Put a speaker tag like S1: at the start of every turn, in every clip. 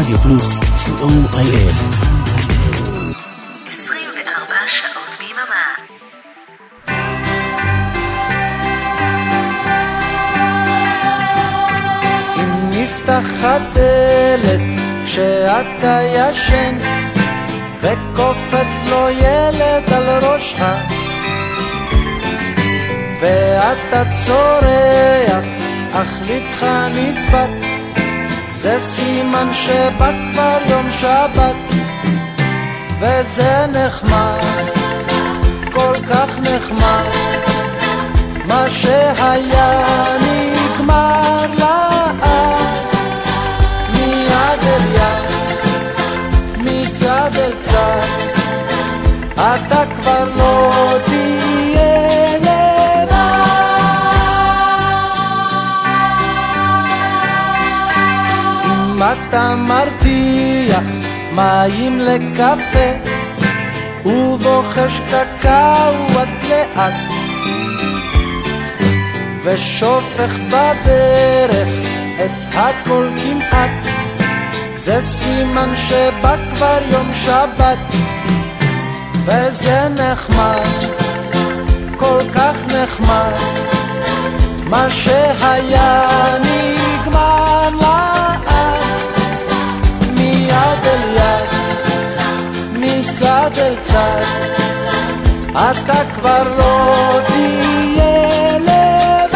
S1: רדיו פלוס, COIF.
S2: 24 שעות ביממה.
S3: אם נפתח הדלת כשאתה ישן וקופץ לו ילד על ראשך ואתה צורח אך לבך נצבט, זה סימן שבא כבר יום שבת. וזה נחמד, כל כך נחמד, מה שהיה נגמר לאט, מיד אל יד, מצד אל צד, אתה כבר לא תהיה לבד. אם אתה מרתיח מים לקפה ובוחש קקאו עד לאט ושופך בברך את הכל כמעט, זה סימן שבא כבר יום שבת. וזה נחמד, כל כך נחמד, מה שהיה נגמר לאט, מיד אל יד, מצד אל צד, אתה כבר לא תהיה לבד.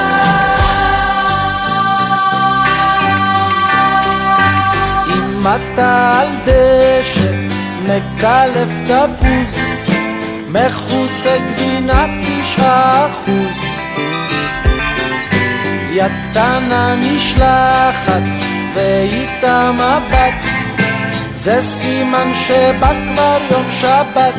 S3: אם אתה על דשא מקלף תפוז מחוסה גבינה 9%, יד קטנה נשלחת ואיתה מבט, זה סימן שבא כבר יום שבת.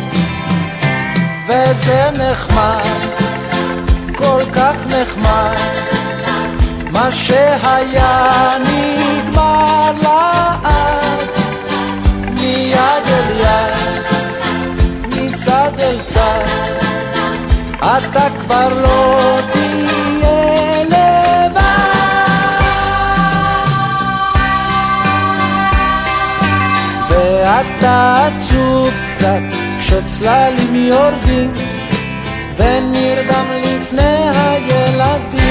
S3: וזה נחמד, כל כך נחמד, מה שהיה נגמר לאט, מיד אל יד, מצד אל צד, אתה כבר לא תהיה לבד. ואתה עצוב קצת כשצללים יורדים ונרדם לפני הילדים.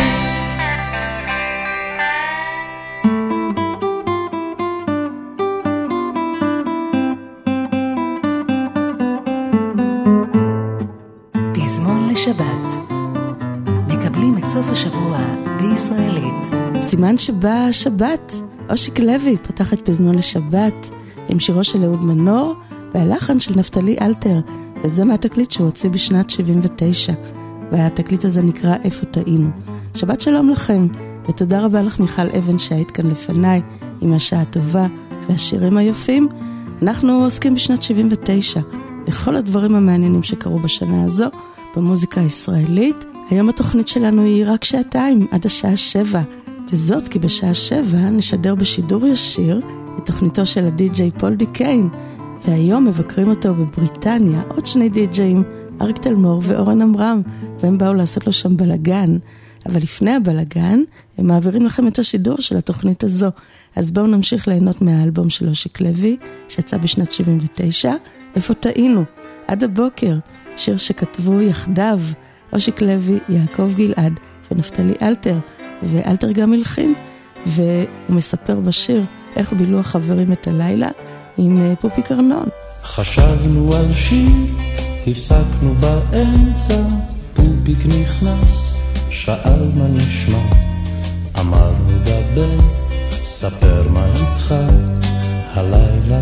S2: פזמון לשבת, מקבלים את סוף השבוע בישראלית.
S4: סימן שבא שבת, אושיק לוי פתח את פזמון לשבת עם שירו של אהוד מנור והלחן של נפתלי אלתר, וזה מהתקליט שהוא הוציא בשנת 79, והתקליט הזה נקרא איפה טעינו. שבת שלום לכם, ותודה רבה לך מיכל אבן שהיית כאן לפניי עם השעה הטובה והשירים היפים. אנחנו עוסקים בשנת 79 בכל הדברים המעניינים שקרו בשנה הזו במוזיקה הישראלית. היום התוכנית שלנו היא רק שעתיים עד השעה 7, וזאת כי בשעה 7 נשדר בשידור ישיר את תוכניתו של הדי-ג'יי פול די קיין, והיום מבקרים אותו בבריטניה עוד שני די-ג'יים, אריק תלמור ואורן אמרם, והם באו לעשות לו שם בלגן. אבל לפני הבלגן הם מעבירים לכם את השידור של התוכנית הזו, אז בואו נמשיך ליהנות מהאלבום של אושיק לוי שיצא בשנת 79, איפה טעינו, עד הבוקר, שיר שכתבו יחדיו אושיק לוי, יעקב גלעד ונפתלי אלתר, ואלתר גם הלחין, והוא מספר בשיר איך בילו החברים את הלילה עם פופי קרנון.
S5: חשבנו על שיר, הפסקנו באמצע, פופיק נכנס, שאל מה נשמע, אמרנו דבר, ספר מה איתך הלילה.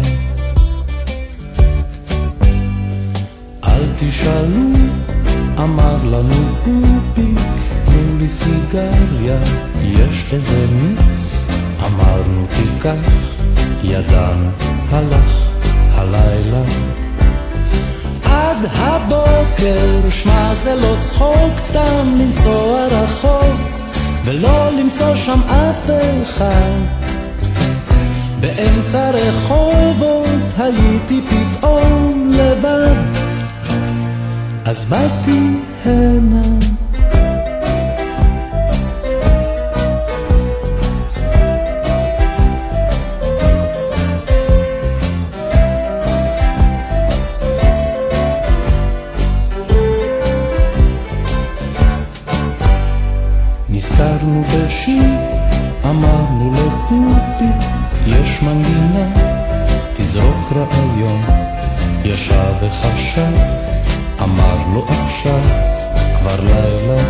S5: אל תשאלו, אמר לנו פופיק, תנו לי סיגריה, יש איזה מיץ, אמרנו תיקח, ידענו, הלך הלילה. עד הבוקר, שמה זה לא צחוק, סתם לנסוע רחוק ולא למצוא שם אף אחד. באמצע רחובות הייתי פתאום לבד, אז באתי הנה. הזכרנו בשיר, אמרנו לפוטי, יש מנגינה, תזרוק רעיון, ישב וחשב, אמר לו עכשיו, כבר לילה.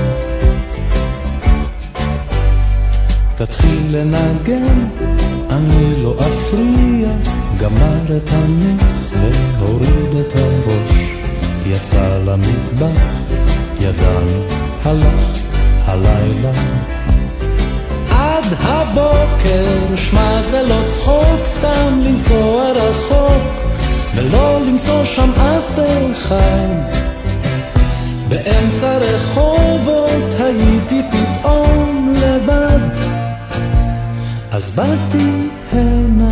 S5: תתחיל לנגן, אני לא אפריע, גמר את הנץ והוריד את הראש, יצא למטבח, ידענו, הלך הלילה. עד הבוקר, שמה זה לא צחוק, סתם לנסוע רחוק, ולא למצוא שם אף אחד. באמצע רחובות הייתי פתאום לבד, אז באתי הנה.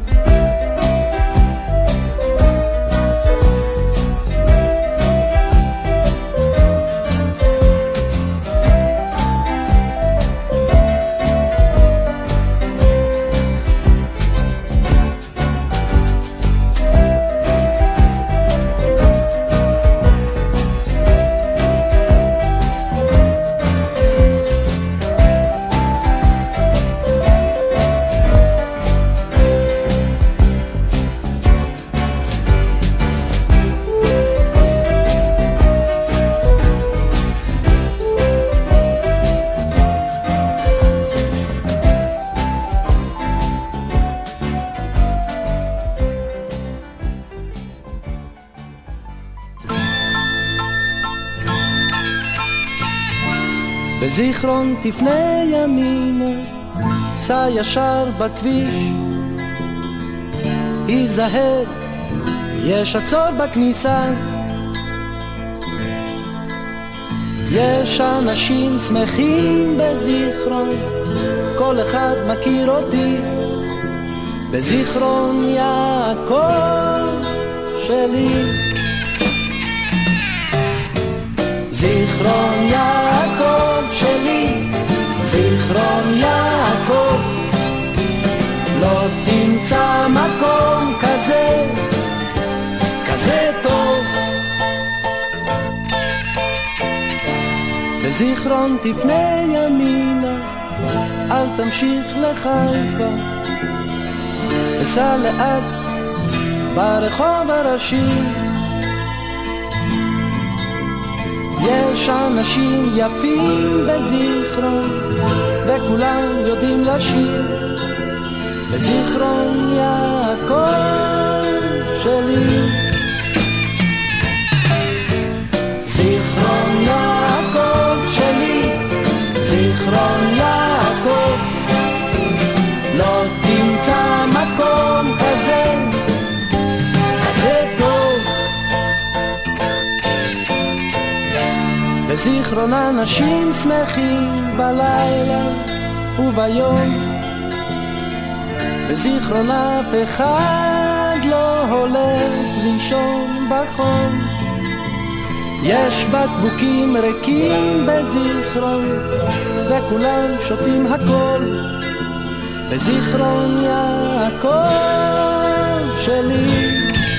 S3: בזיכרון תפנה ימינה, סע ישר בכביש, היזהר, יש עצור בכניסה. יש אנשים שמחים בזיכרון, כל אחד מכיר אותי, בזיכרון יעקב שלי. זיכרון יעקב שלי, זיכרון יעקב, לא תמצא מקום כזה, כזה טוב. בזיכרון תפנה ימינה, אל תמשיך לחיפה, וסע לאט ברחוב הראשי. יש אנשים יפים בזיכרון, וכולם יודעים לשיר, בזיכרון יעקב שלי. זיכרון יעקב שלי, זיכרון יעקב, לא תמצא מקום כזה, כזה טוב. בזיכרון אנשים שמחים בלילה וביום, בזיכרון אף אחד לא הולך לישון בחום. יש בקבוקים ריקים בזיכרון, וכולם שותים הכל, בזיכרון יעקב שלי.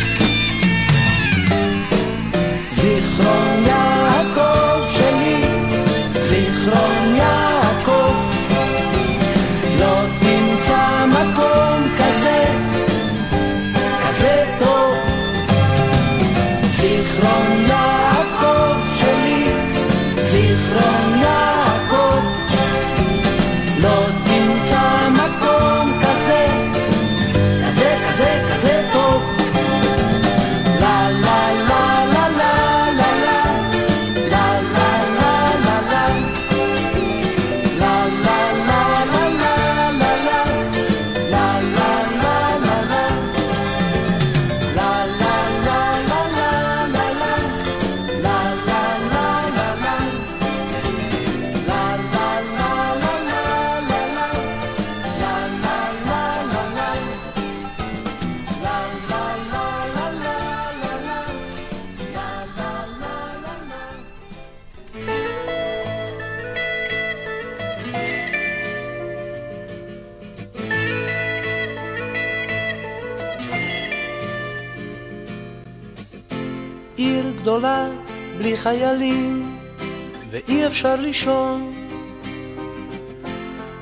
S3: זיכרון יעקב שלי, זיכרון יעקב, לא תמצא מקום כזה, כזה טוב. זיכרון יעקב שלי, זיכרון יעקב, לא תמצא מקום כזה, כזה, כזה, כזה טוב. לה לה לה לה לה לה לה לה לה לה עיר גדולה בלי חיילים ואי אפשר לישון,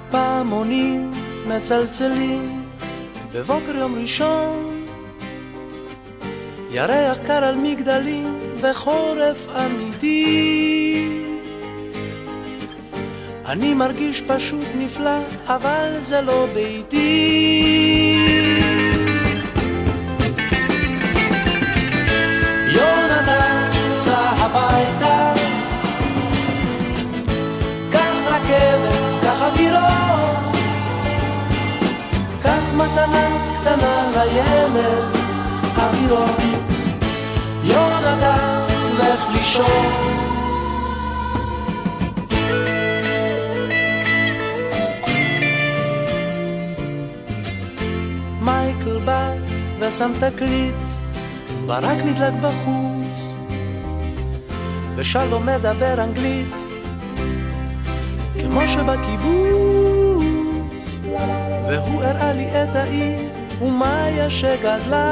S3: פעמונים מצלצלים בבוקר יום ראשון, ירח קר על מגדלים וחורף אמיתי. אני מרגיש פשוט נפלא, אבל זה לא ביתי. יונתן, סע הביתה, קח רכבת, קח אווירון, קח מתנה קטנה לילד, אווירון. יונתן, לך לישון. מייקל בא ושם תקליט, ברק נדלק בחוץ, ושלום מדבר אנגלית כמו שבקיבוץ, והוא הראה לי את העיר ומאיה שגדלה.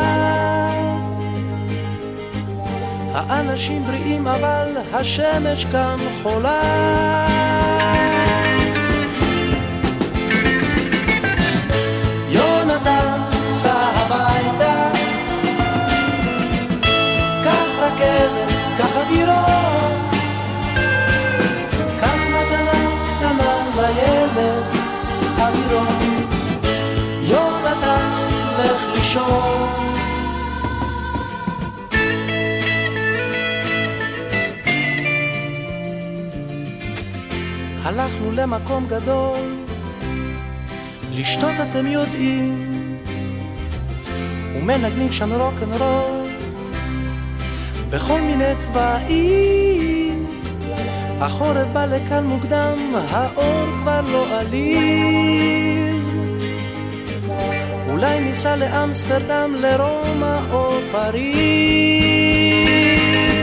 S3: האנשים בריאים אבל השמש כאן חולה. יונתן, סע הביתה, קח רכבת, קח אווירון, קח מתנה קטנה לילד, אווירון. יונתן, לך לישון. הלכנו למקום גדול, לשתות אתם יודעים, ומנגנים שם רוק'נ'רול בכל מיני צבעים. החורף בא לכאן מוקדם, האור כבר לא עליז, אולי ניסע לאמסטרדם, לרומא או פריז.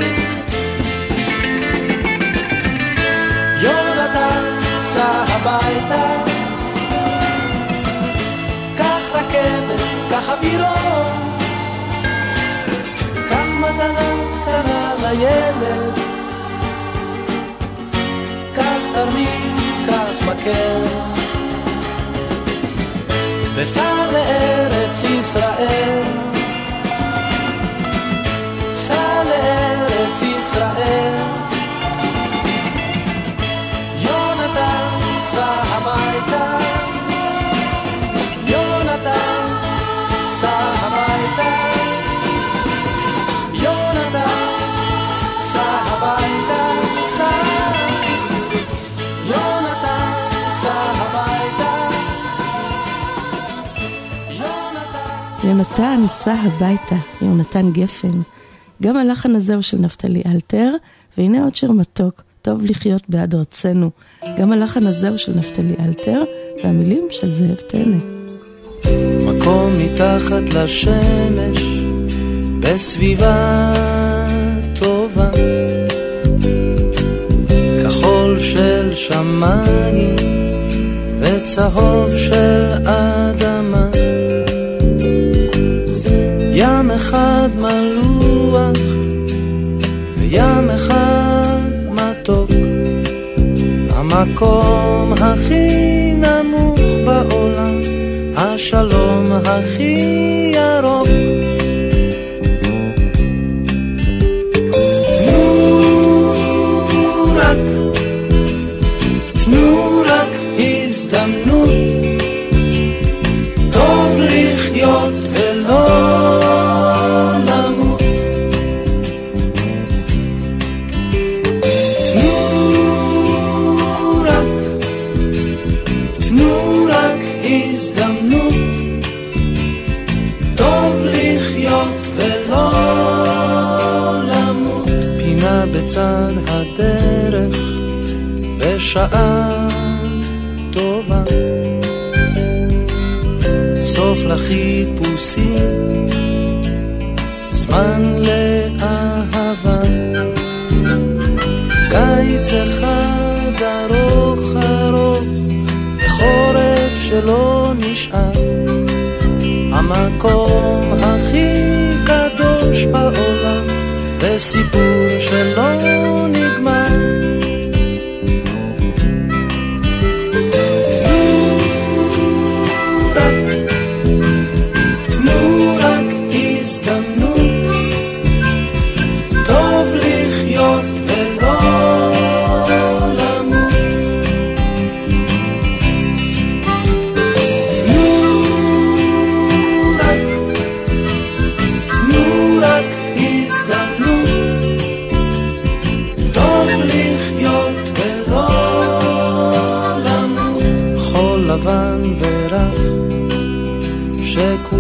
S3: יונתן, סע הביתה, קח רכבת, קח אווירון, קח מתנה קטנה לילד, קח תרמיד, קח מקל, וסע לארץ ישראל, סע לארץ ישראל. יונתן, סע הביתה, יונתן, סע הביתה, יונתן, סע הביתה, סע, יונתן, סע הביתה,
S4: יונתן, סע הביתה, יונתן גפן. גם הלחן הזה הוא של נפתלי אלתר, והנה עוד שיר מתוק, טוב לחיות בעד ארצנו. גם הלחן הזה הוא של נפתלי אלתר, והמילים של זאב טנא.
S3: מקום מתחת לשמש, בסביבה טובה, כחול של שמיים וצהוב של אדמה, ים אחד מלוח וים אחד מתוק, המקום הכי נמוך בעולם, השלום הכי ירוק. תנו רק הזדמנות, טוב לחיות ולא למות. תנו רק הזדמנות, טוב לחיות ולא למות. פינה בצד הדרך בשעה טובה, סוף לחיפושים, זמן לאהבה, קיץ אחד ארוך ארוך, חורף שלא נשאר, המקום הכי קדוש בעולם, בסיפור שלא נגמר.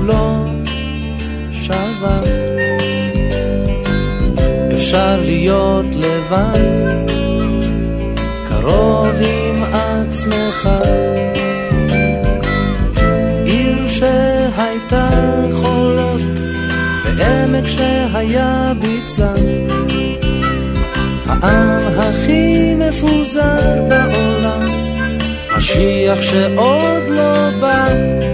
S3: לא שווה. אפשר להיות לבד, קרוב עם עצמך. עיר שהייתה חולות, בעמק שהיה ביצה, העם הכי מפוזר בעולם, משיח שעוד לא בא.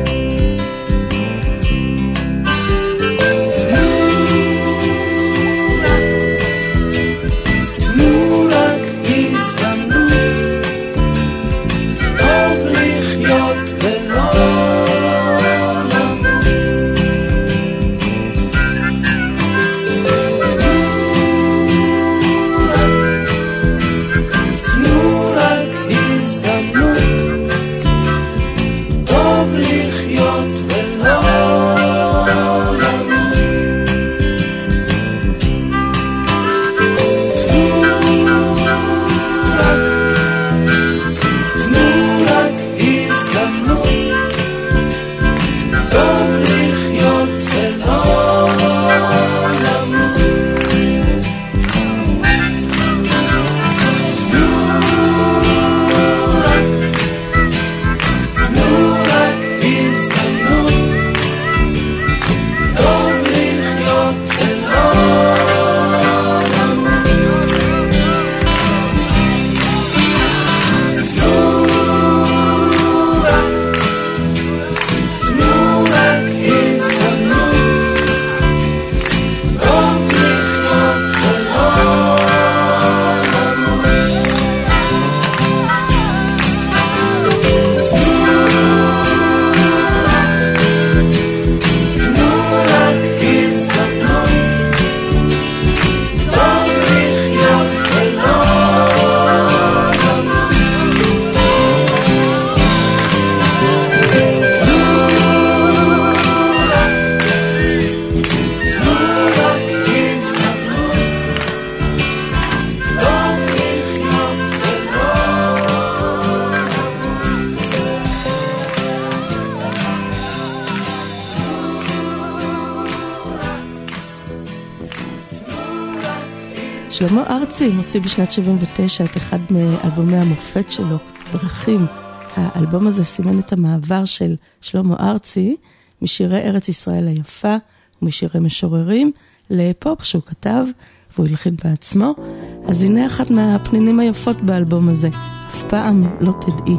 S4: שלמה ארצי מוציא בשנת 79 את אחד מאלבומי המופת שלו, דרכים. האלבום הזה סימן את המעבר של שלמה ארצי משירי ארץ ישראל היפה ומשירי משוררים לפופ שהוא כתב והוא הלחין בעצמו. אז הנה אחת מהפנינים היפות באלבום הזה, אף פעם לא תדעי.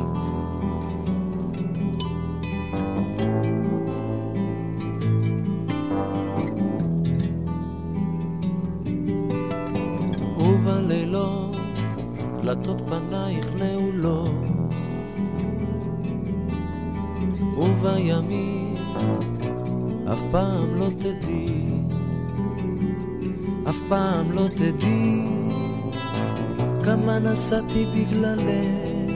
S3: ובלילות דלתות פנייך נעולות, ובימים אף פעם לא תדעי, אף פעם לא תדעי כמה נסעתי בגללך,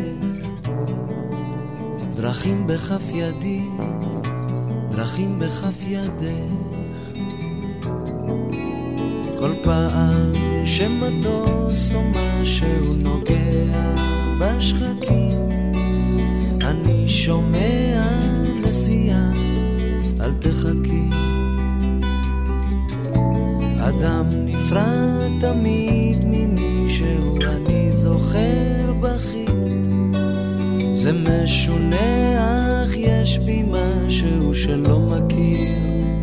S3: דרכים בכף ידי, דרכים בכף ידך. כל פעם שמטוס או משהו נוגע בשחקים, אני שומע נסיעה, אל תחכי. אדם נפרד תמיד ממישהו, אני זוכר בחית, זה משונה אך יש בי משהו שלא מכיר.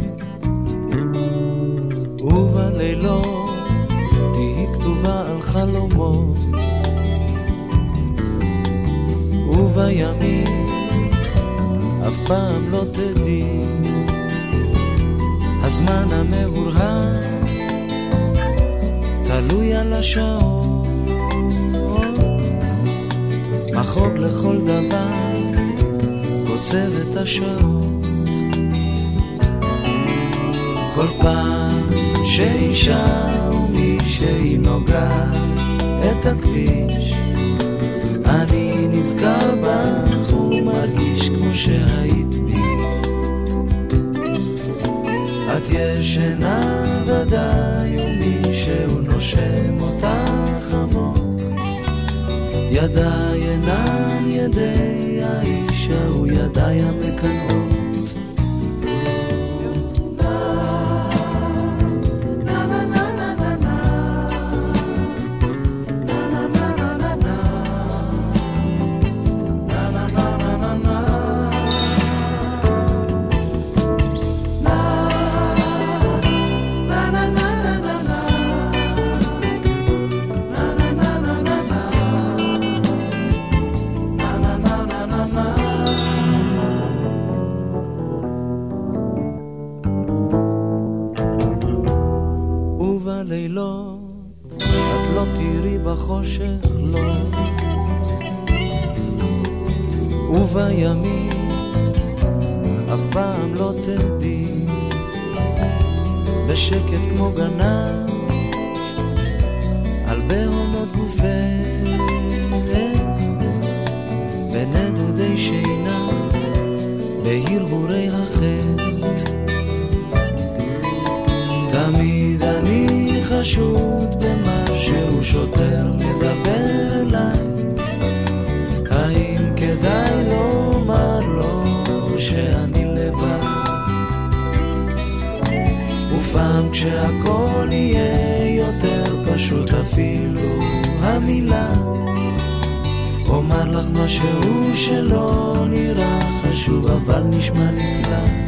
S3: ובלילות תהי כתובה על חלומות, ובימים אף פעם לא תדעי, הזמן המאורהר תלוי על השעות, מחוג לכל דבר קוצר את השעות. כל פעם שאישה ומישהי נוגעת את הכביש, אני נזכר בך ומרגיש כמו שהיית בי. את ישנה ודאי ומישהו נושם אותך עמוק, ידיי אינן ידי האיש ההוא, ידיי המקנאות. ובימים אף פעם לא תדעי, בשקט כמו גנב על בהונות גופך, בנדודי שינה בהרהורי החטא. תמיד אני חשוד במשהו, שוטר מדבר אליי, האם כדאי לומר לו שאני לבד? ופעם כשהכל יהיה יותר פשוט, אפילו המילה אומר לך משהו שלא נראה חשוב אבל נשמע נפלא.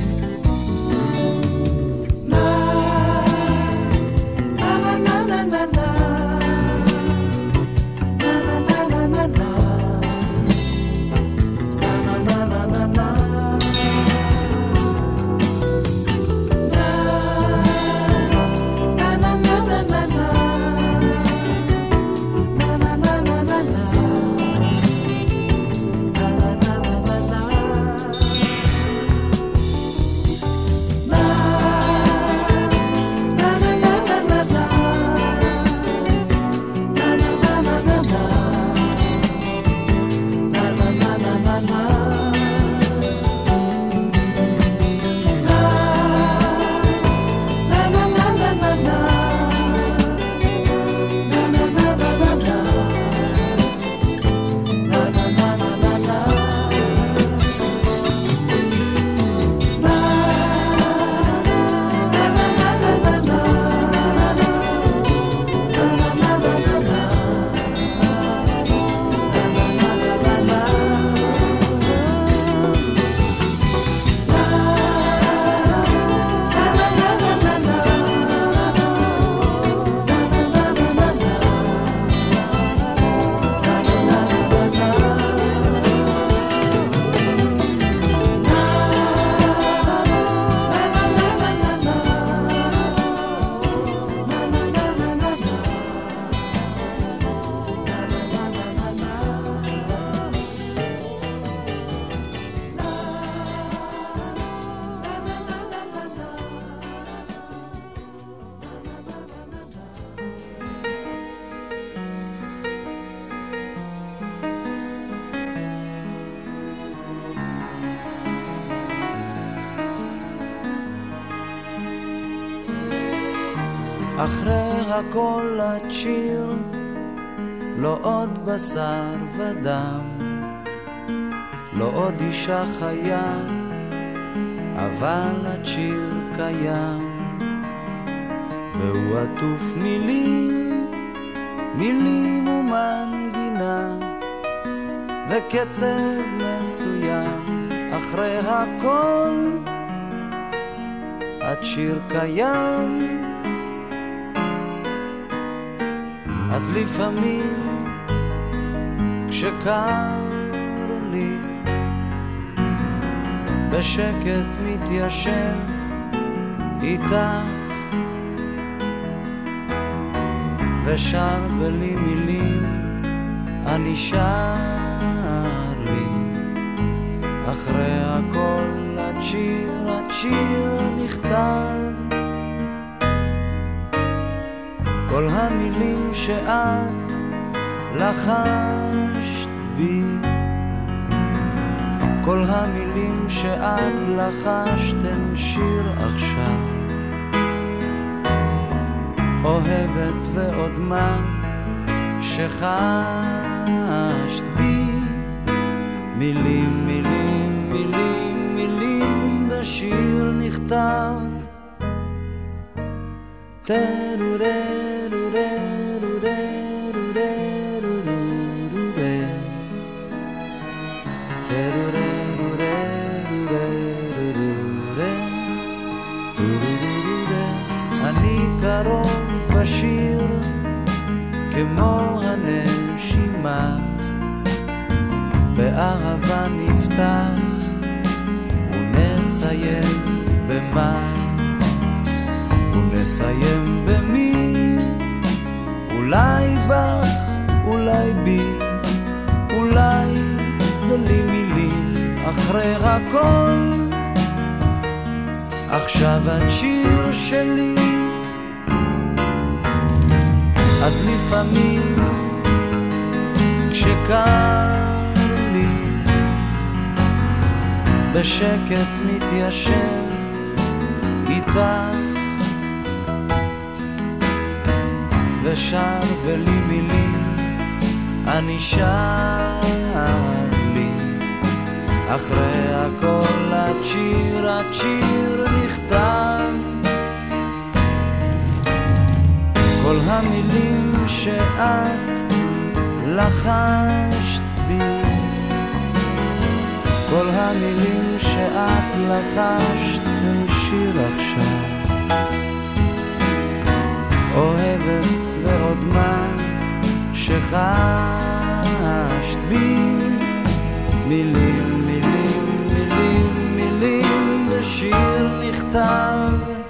S3: אחרי הכל הצ'יר, לא עוד בשר ודם, לא עוד אישה חיה, אבל הצ'יר קיים, והוא עטוף מילים, מילים ומנגינה, וקצב מסוים. אחרי הכל הצ'יר קיים, אז לפעמים כשקר לי בשקט מתיישב איתך ושר בלי מילים, אני שר לי. אחרי הכל הצ'יר, הצ'יר נכתב, כל המילים שאת לחשת בי, כל המילים שאת לחשת הן שיר עכשיו. אוהבת ועוד מה שחשת בי, מילים, מילים, מילים, מילים בשיר נכתב. אני קרוב בשיר כמו הנשימה, באהבה נפתח ונסיים במה, ונסיים במי, אולי בך, אולי בי, אולי בלי מילים. הכל, עכשיו את שיר שלי. אז לפעמים כשקר לי בשקט מתיישב איתך ושר בלי מילים, אני שר לי אחרי הכל השיר נכתב. כל המילים שאת לחשת בי, כל המילים שאת לחשת הם שיר עכשיו. אוהבת ועוד מה שחשת בי, מילים, מילים, מילים, מילים בשיר נכתב.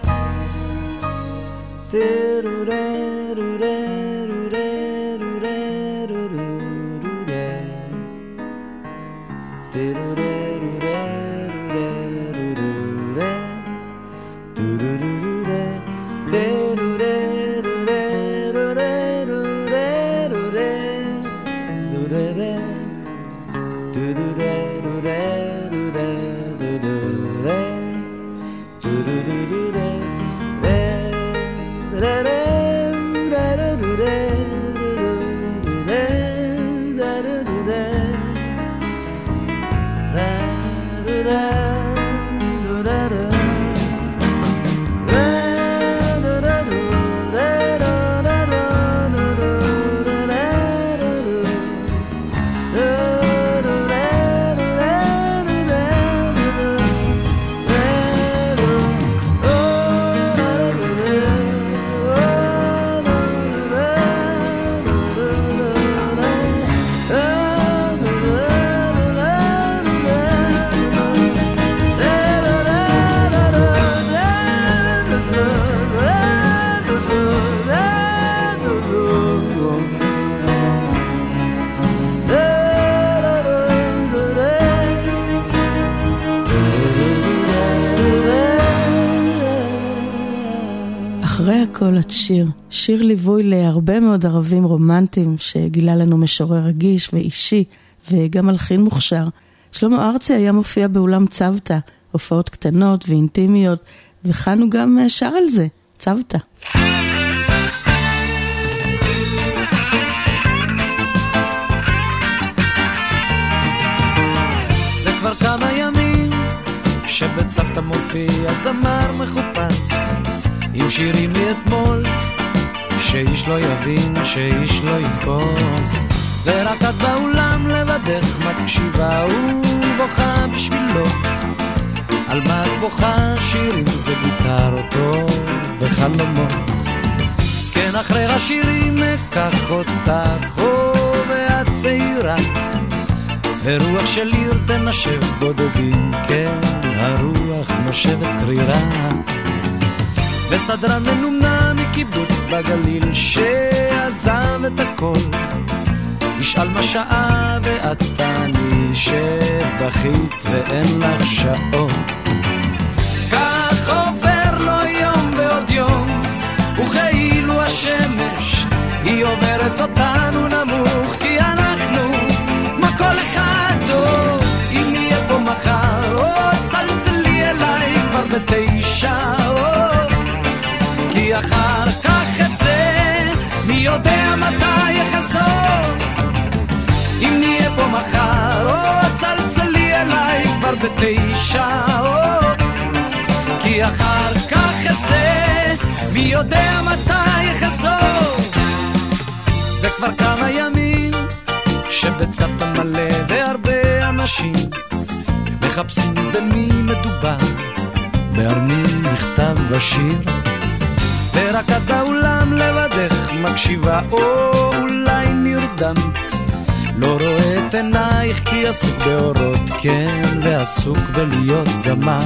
S4: כל השיר, שיר ליווי להרבה מאוד ערבים רומנטיים שגילה לנו משורר רגיש ואישי וגם מלחין מוכשר. שלמה ארצי היה מופיע באולם צוותא, הופעות קטנות ואינטימיות, וכאן הוא גם שר על זה, צוותא.
S3: זה כבר כמה ימים שבצוותא מופיע זמר מחופש עם שירים מאתמול שאיש לא יבין, שאיש לא יתפוס, ורק את באולם לבדך מקשיבה ובוכה בשבילו. על מה את בוכה? שירים זה גיטרות וחלומות. כן, אחרי השירים אקח אותך ואת צעירה, ורוח של עיר תנשב בודדים, כן, הרוח נושבת קרירה. וסדרן מנומנה מקיבוץ בגליל שעזב את הכל ישאל מה שעה ואת תעני שבכית ואין לך שעון. כך עובר לו יום ועוד יום, וכאילו השמש היא עוברת אותנו נמוך, כי אנחנו כמו כל אחד טוב. אם נהיה פה מחר או צלצלי אליי כבר ב9, כי אחר כך את זה מי יודע מתי יחזור. אם נהיה פה מחר או צלצלי אליי כבר ב9, כי אחר כך את זה מי יודע מתי יחזור. זה כבר כמה ימים שבצוותא מלא והרבה אנשים מחפשים במי מדובר, ועל מי נכתב השיר, ורק את באולם לבדך מקשיבה או אולי נרדמת, לא רואה את עינייך כי עסוק באורות, כן, ועסוק בלהיות זמר.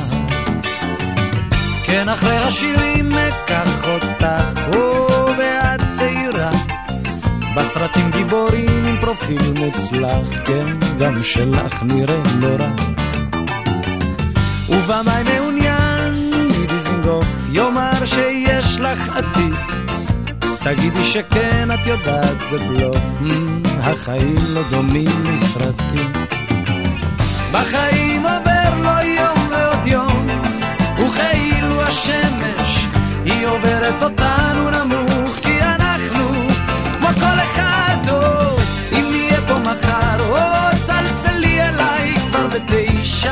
S3: כן, אחרי השירים אקח אותך ואת צעירה, בסרטים גיבורים עם פרופיל מוצלח, כן, גם שלך נראה לא רע. ובמאי מעוניין מדיזינגוף יאמר שיש לך עתיד, תגידי שכן את יודעת זה בלוף, החיים לא דומים לסרטים. בחיים עובר לו יום ועוד יום, וכאילו השמש היא עוברת אותנו נמוך, כי אנחנו כמו כל אחד, אם נהיה פה מחר, צלצלי אליי כבר ב9,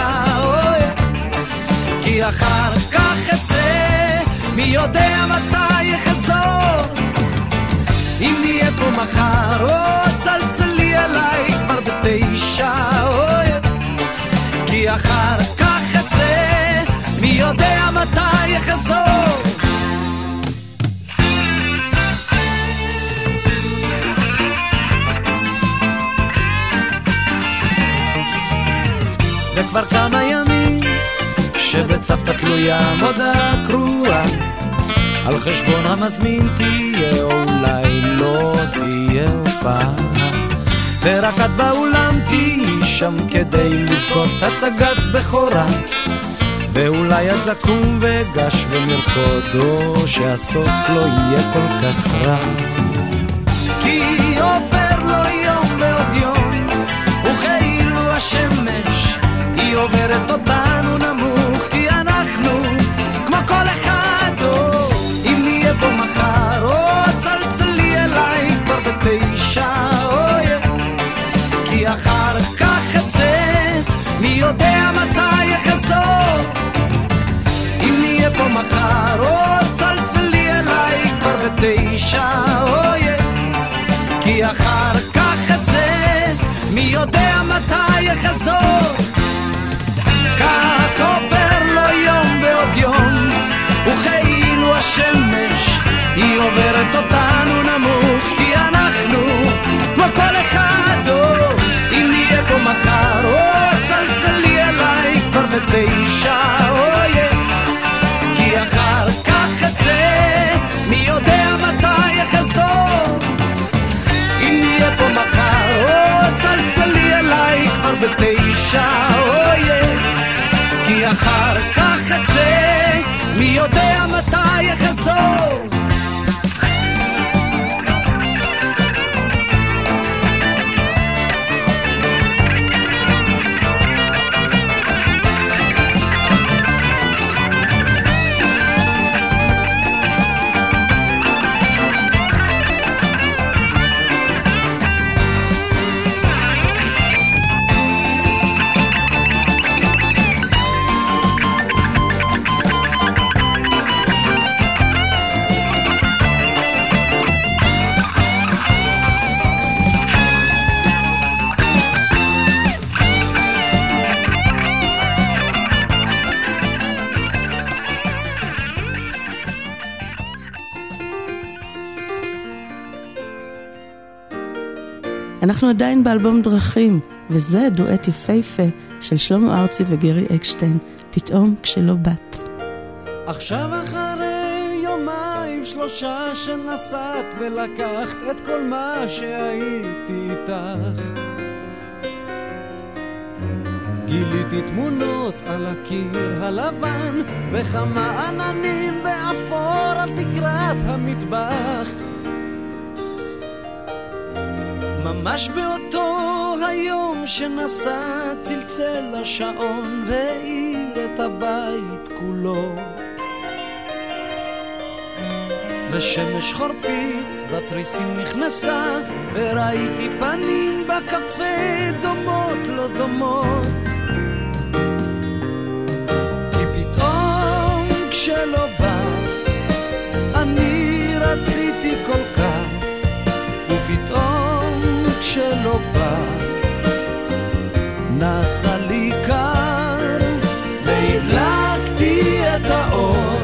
S3: כי אחר כך אצא, מי יודע מתי יחזור. אם נהיה פה מחר, צלצלי אליי כבר ב9, כי אחר כך אצא, מי יודע מתי יחזור. זה כבר כמה ימים שבצוותא תלויה מודעה קרואה, על חשבון המזמין תהיה או אולי לא תהיה הופעה, ורק את באולם תהי שם כדי לבכות הצגת בכורה, ואולי אז אקום וגש ונרקוד, או שהסוף לא יהיה כל כך רע, כי עובר לו יום ועוד יום, וכאילו השמש היא עוברת אותנו נמוך, כי אנחנו כמו כל אחד, אם נהיה פה מחר, צלצלי אליי כבר ב9, כי אחר כך אצא, מי יודע מתי יחזור. אם נהיה פה מחר, צלצלי אליי כבר ב9, כי אחר כך אצא, מי יודע מתי יחזור. כך עובר לו יום ועוד יום, וכאילו השמש היא עוברת אותנו נמוך, כי אנחנו כמו כל אחד, אם נהיה פה מחר, צלצלי אליי כבר ב9, כי אחר כך אצא, מי יודע מתי יחזור. אם נהיה פה מחר, צלצלי אליי כבר ב9, כי אחר כך אצא, מי יודע מתי יחזור.
S4: אנחנו עדיין באלבום דרכים, וזה דואט יפהפה של שלמה ארצי וגרי אקשטיין, פתאום כשלא באת.
S6: עכשיו אחרי יומיים שלושה שנסעת ולקחת את כל מה שהייתי איתך, גיליתי תמונות על הקיר הלבן וכמה עננים באפור על תקרת המטבח.
S3: ממש באותו היום שנסע צלצל השעון והאיר את הבית כולו, ושמש חורפית בתריסים נכנסה, וראיתי פנים בקפה דומות לא דומות, כי פתאום כשלא באת אני רציתי כל כך, ופתאום כשלא באת נעשה לי קר, והדלקתי את האור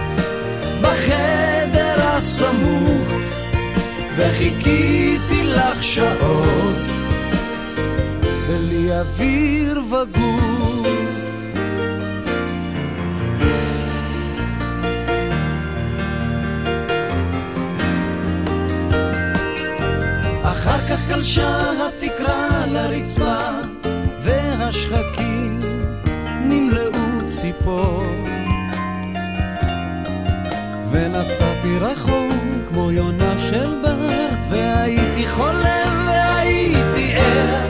S3: בחדר הסמוך וחיכיתי לך שעות בלי אוויר וגוף. אחר כך גלשה התקרה לרצפה והשחקים נמלאו
S6: ציפור. ונסעתי רחוק כמו יונה של בר,
S3: והייתי חולם והייתי ער.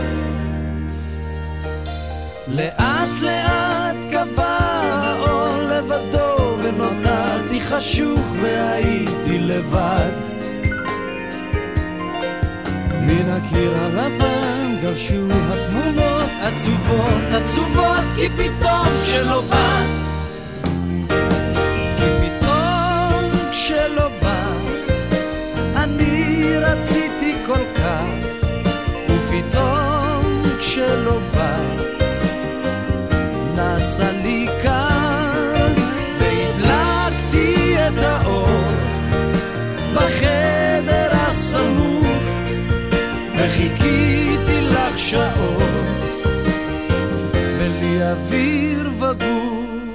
S3: לאט לאט קבע האור לבדו, ונותרתי חשוך והייתי לבד.
S6: מן הקיר הלבן גרשו התמונות
S3: עצובות, עצובות, כי פתאום שלא באת. כי פתאום כשלא באת, אני רציתי כל כך. ופתאום כשלא באת, נעשה לי קר, והדלקתי את האור בחדר הסמוך, וחיכיתי לך שעות בלי אוויר וגוף.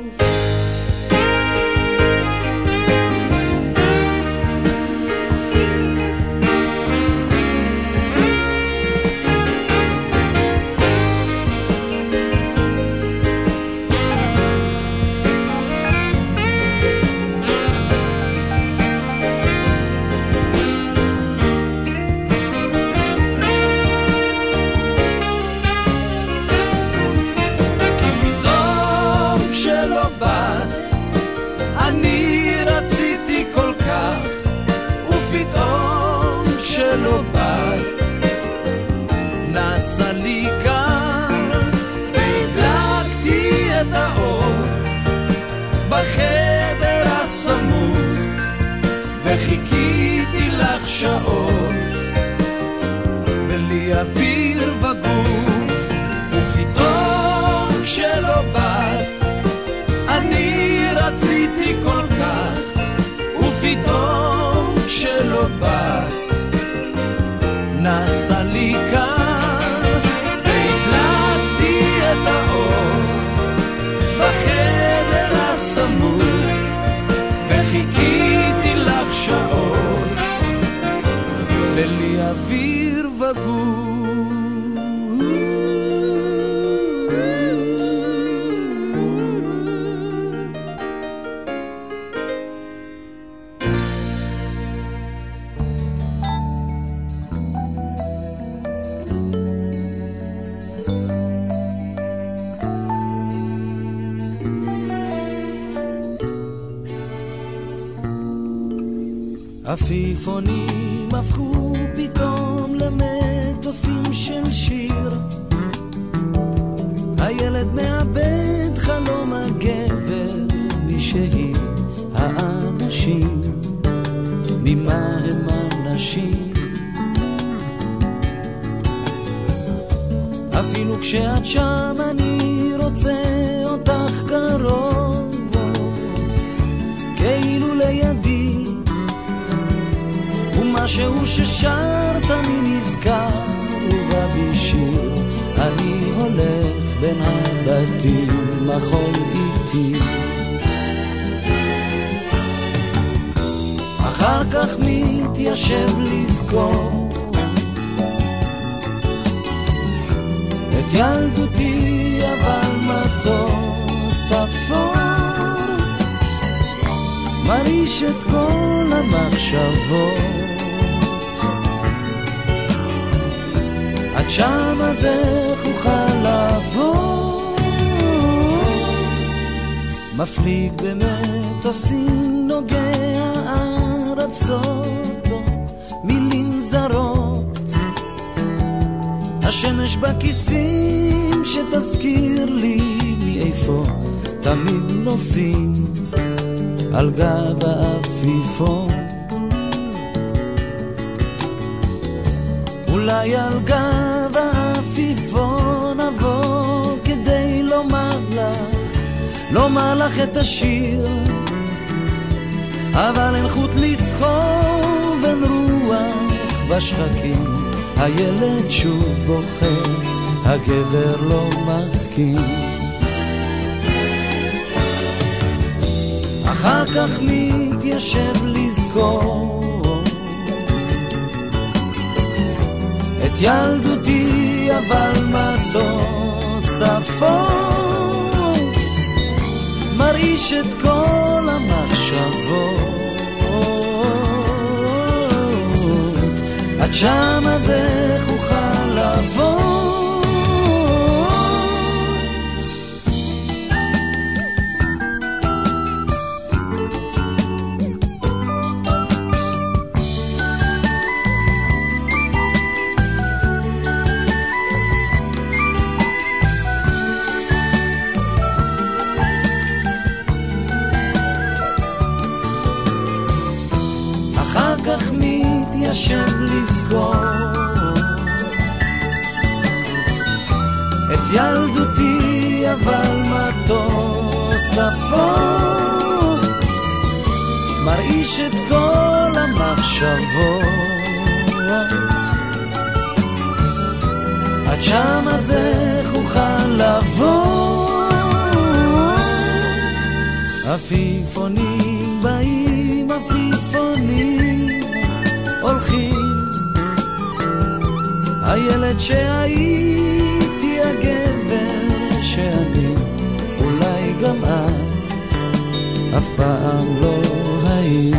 S3: שלא באת, נעשה לי קר, והדלקתי את האור בחדר הסמוך, וחיכיתי לך שעות בלי אוויר וגוף. ופתאום כשלא באת, אני רציתי כל כך. ופתאום כשלא באת, נעשה לי קר, והדלקתי את האור בחדר הסמוך, וחיכיתי לך שעות בלי אוויר וגוף.
S6: עפיפונים הפכו פתאום למטוסים של שיר. הילד מאבד חלום הגבר, מי שהיא האנשים, ממה הם אנשים. אפילו כשאת שם אני רוצה אותך קרוב, כאילו לידי, משהו ששרת אני נזכר, ובא בשיר אני הולך בין הבתים, מחול איתי. אחר כך מתיישב לזכור את ילדותי, אבל מטוס אפור מריש את כל המחשבות. עד שם אז איך אוכל לעבור, מפליג במטוסים, נוגע ארצות, מילים זרות, השמש בכיסים שתזכיר לי מאיפה תמיד נוסעים על גב האפיפון. אולי על גב האפיפון אבוא כדי לומר לך את השיר, אבל אין חוט לסחוב, אין רוח בשחקים, הילד שוב בוחר, הגבר לא מסכים. אחר כך מתיישב לזכור את ילדותי, אבל מטוס אפור מרעיש את כל המחשבות, עד שם אז איך אוכל לבוא. אחר כך מתיישב לזכור את ילדותי, אבל מה תוספות מרעיש את כל המחשבות, עד שם אז איך אוכל לבוא. עפיפונים באים, עפיפונים הולכים, הילד שהייתי, הגבר שאני, אולי גם את אף פעם לא היית.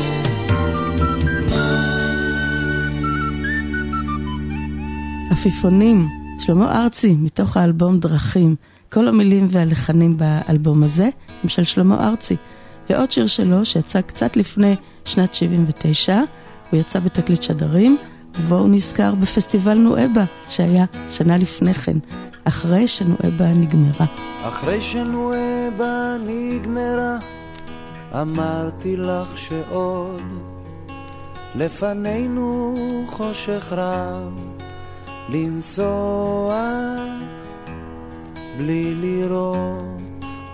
S4: עפיפונים, שלמה ארצי, מתוך האלבום דרכים. כל המילים והלחנים באלבום הזה הם של שלמה ארצי. ועוד שיר שלו שיצא קצת לפני שנת 79, הוא יצא בתקליט שדרים, ובו נזכר בפסטיבל נואבה שהיה שנה לפני כן, אחרי שנואבה נגמרה.
S6: אחרי שנואבה נגמרה, אמרתי לך שעוד לפנינו חושך רב, לנסוע בלי לראות,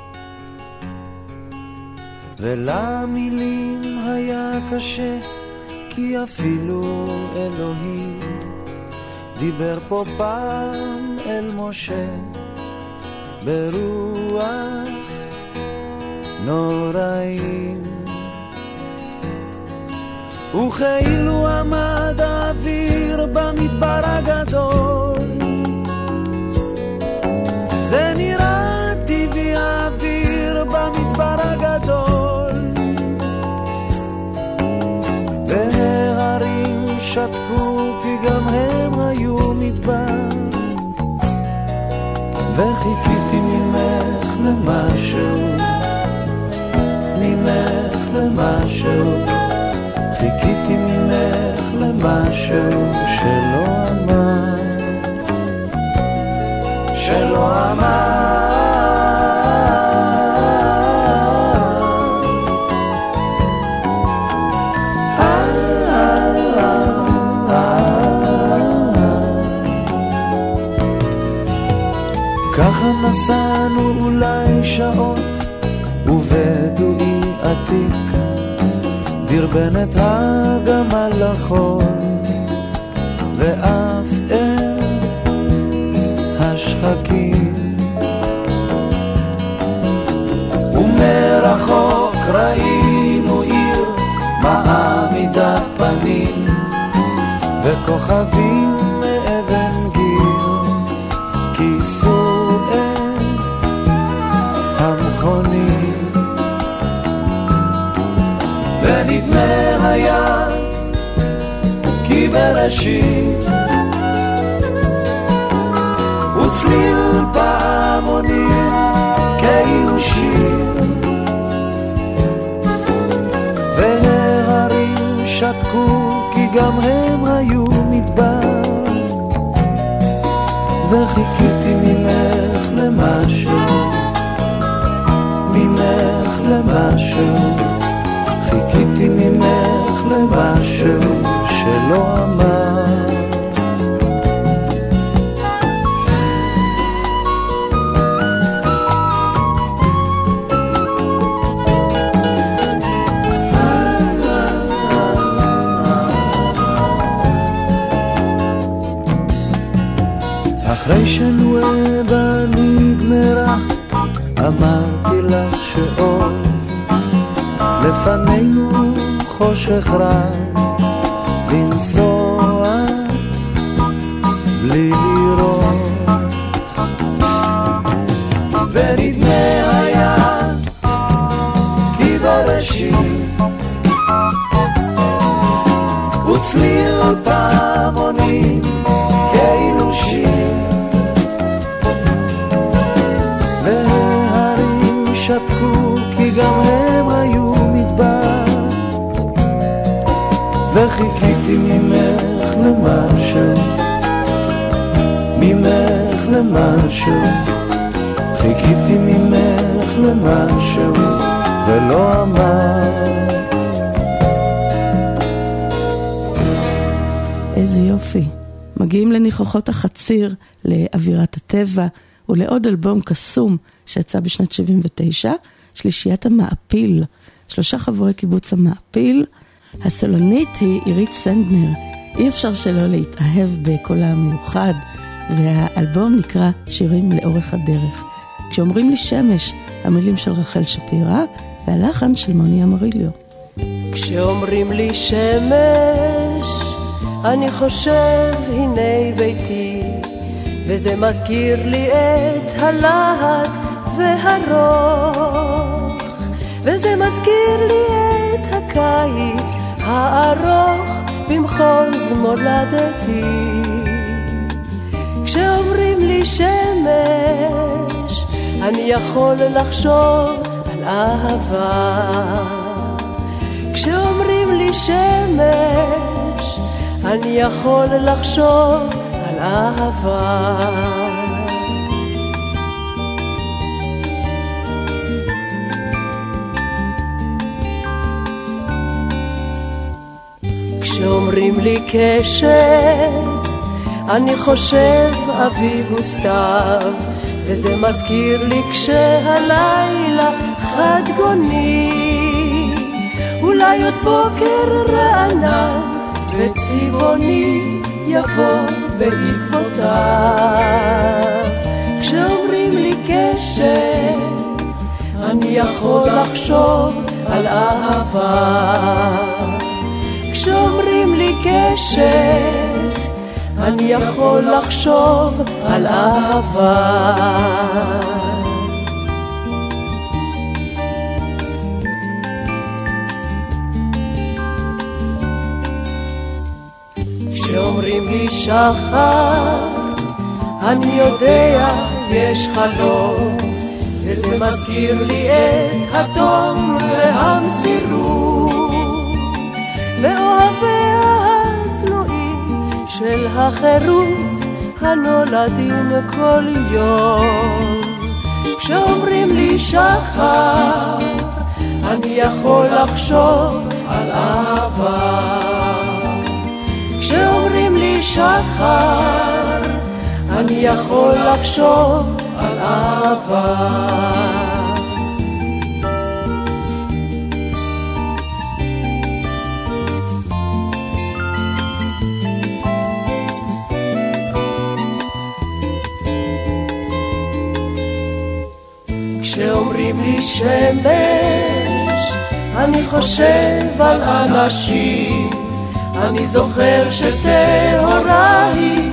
S6: ולמילים היה קשה, כי אפילו אלוהים דיבר פה פעם אל משה ברוח נוראים, וכאילו עמד האוויר במדבר הגדול, זה נראה טבעי האוויר במדבר הגדול, וההרים שתקו כי גם הם היו מדבר, וחיכיתי ממך למשהו, ממך למשהו, חיכיתי ממך למשהו שלא אמרת, שלא אמרת. ככה נסענו אולי שעות, ובדואי עתיק דרבן את הגמל לחול, ואף אל השחקים, ומרחוק ראינו עיר מעמידת פנים, וכוכבים מאבן גיר כיסו את המכונים, ונדמה היה כי בראשית וצליל פעמונים כאילו שיר, וההרים שתקו כי גם הם היו מדבר, וחיכיתי ממך למשהו, ממך למשהו, חיכיתי ממך למשהו שלא אמר. אחרי שנואבה נגמרה, אמרתי לך שעוד לפנינו חושך רב, לנסוע בלי לראות, ונדמה היה שתקו כי גם הם היו מדבר, וחיכיתי ממך למשהו, ממך למשהו, חיכיתי ממך למשהו ולא אמרת.
S4: איזה יופי. מגיעים לניחוחות החציר, לאווירת הטבע ולעוד אלבום קסום שיצא בשנת 79, שלישיית המעפיל, 3 חברי קיבוץ המעפיל. הסולנית היא עירית סנדנר, אי אפשר שלא להתאהב בקולה המיוחד, והאלבום נקרא שירים לאורך הדרך. כשאומרים לי שמש, המילים של רחל שפירא והלחן של מוני אמריליו.
S7: כשאומרים לי שמש, אני חושב הנה ביתי, וזה מזכיר לי את הלהט והרוח, וזה מזכיר לי את הקיץ הארוך במחוז מולדתי. כשאומרים לי שמש, אני יכול לחשוב על אהבה. כשאומרים לי שמש, אני יכול לחשוב על אהבה. כשאומרים לי קשת, אני חושב אביב וסתיו, וזה מזכיר לי כשהלילה חד גוני, אולי עוד בוקר רענן וצבעוני יבוא בעקבותיו. כשאומרים לי קשת, אני יכול לחשוב על אהבה. כשאומרים לי קשת, אני יכול לחשוב על אהבה. כשאומרים לי שחר, אני יודע יש חלום, וזה מזכיר לי את התום והמסירות ואוהביה הצנועים של החירות הנולדים כל יום. כשאומרים לי שחר, אני יכול לחשוב על אהבה. כשאומרים לי שחר, אני יכול לחשוב על אהבה. כשאומרים לי שמש, אני חושב על אנשים, אני זוכר שטהורה היא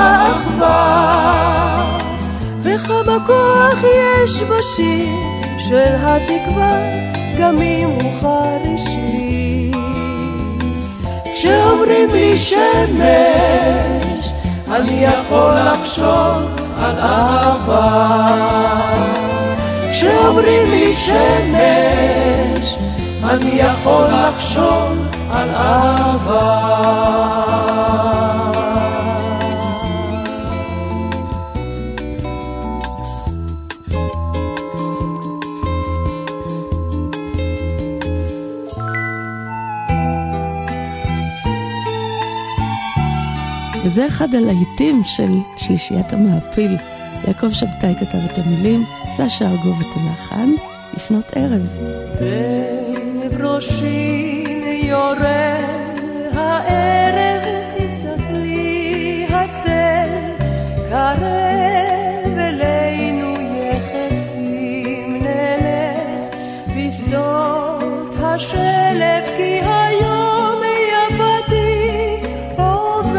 S7: האחווה, וכמה כוח יש בשיר של התקווה, גם אם הוא חרישי. כשאומרים לי שמש, אני יכול לחשוב על אהבה. כשאומרים לי שמש, אני יכול לחשוב על אהבה.
S4: וזה אחד הלהיטים של שלישיית המעפיל. יעקב שבתאי כתב את המילים, סשה ארגוב את הלחן, לפנות ערב.
S7: ובראשי יורד הערב, הסתכלי הצל, קרב אלינו יחפים, נלך בשדות השלף, כי היום יבדי עובר.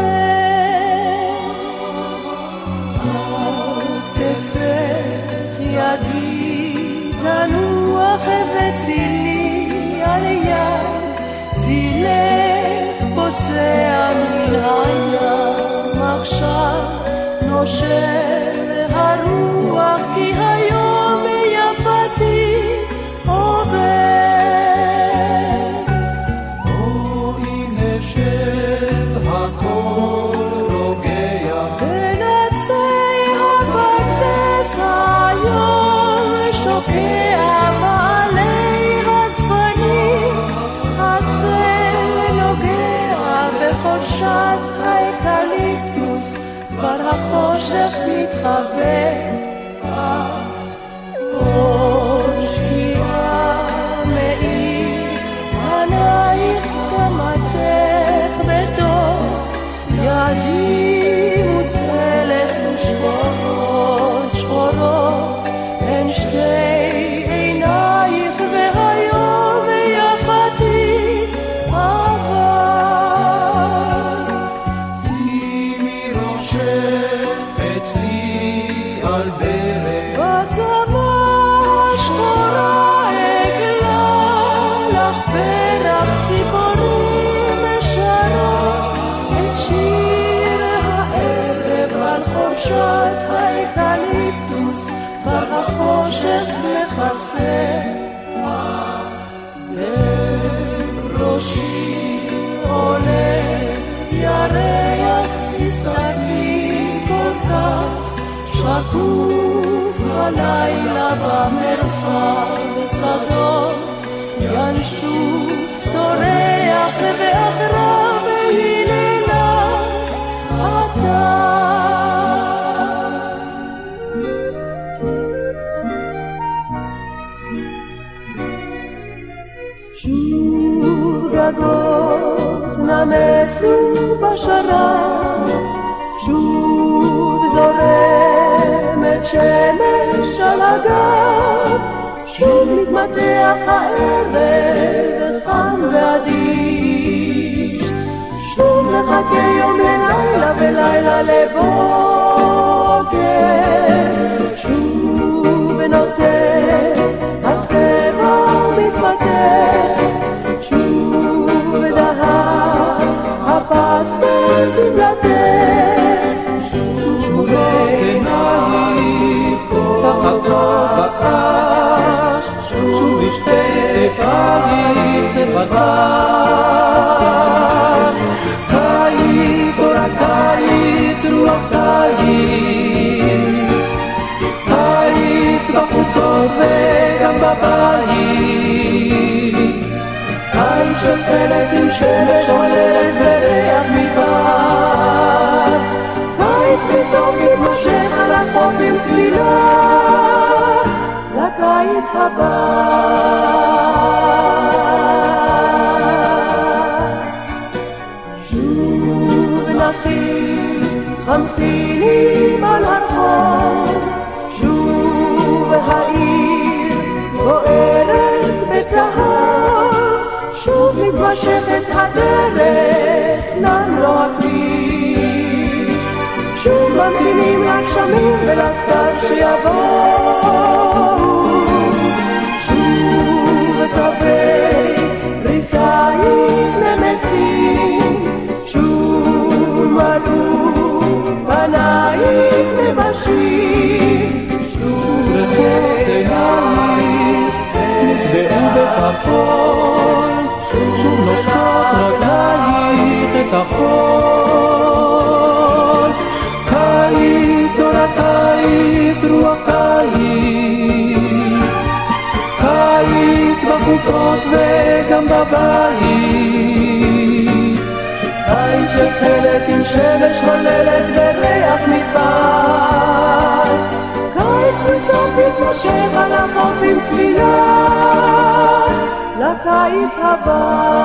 S7: על כתפך ידי תנוח וצילי על יד, צילך פוסע מן הים, עכשיו נושב הרוח, כי היום יפתי בחושך מתחבא ראש קירה מאיר עלייך צמתך בתוך ידי מוטלת ושחורות שחורות הן שתי עינייך והיום יפתי אבל
S8: שימי ראשך אצלי על דרך
S7: בצבא שחורה עגלה לך פרח ציפורים משרה את שיר הערב על חורשת האקליפטוס והחושך מכסה בראשי עולה ירח הסתכלי כל כך שקוף הלילה במרחב שדות ינשוף צורח ואחריו היללה אתה שוב גגות נמסו בשרב שוב זורמת שמש על הגב שוב מתמתח הערב חם ואדיש שוב מחכה יום ללילה ולילה לבוקר שוב נוטף הצבע משפתך שוב דהר הפס בסבלתך
S5: שוב עינייך תחת בקש שוב לשתי כתפייך צבדש קיץ אורה קיץ רוח קיץ קיץ בחוצות וגם בבית קיץ של חלק עם שמש עולרת וריח מדבר קיץ בסוף מתמשך על החוף עם תפילה לקיץ הבא שוב נחים חמסינים על הרחוב שוב העיר בוערת בצהר שוב מתמשכת הדרך לא הכביש שוב ממתינים לגשמים ולסתיו שיבואו שוב קווי ריסייך נמסים שוב מלאו פנייך נבשים שוב רחוק עינייך נצבעו בכחול שוב נושקות רגלייך את החול קיץ אורה קיץ רוח קיץ קיץ בחוצות וגם בבית קיץ של חלק עם שמש חוללת וריח מדבר קיץ בסוף מתמשך על החוף עם תפילה לקיץ הבא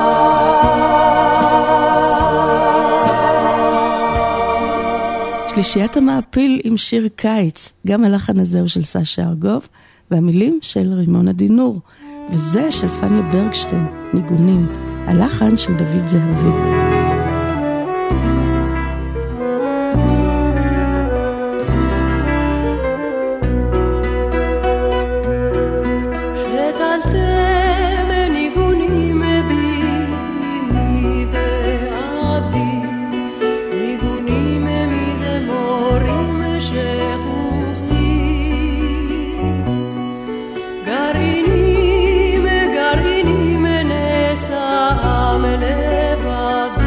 S4: שלישיית המעפיל עם שיר קיץ, גם הלחן הזה הוא של סשה ארגוב והמילים של רימון הדינור וזה של פניה ברגשטיין, ניגונים, הלחן של דוד זהבי.
S7: גרעינים נשא מלבבי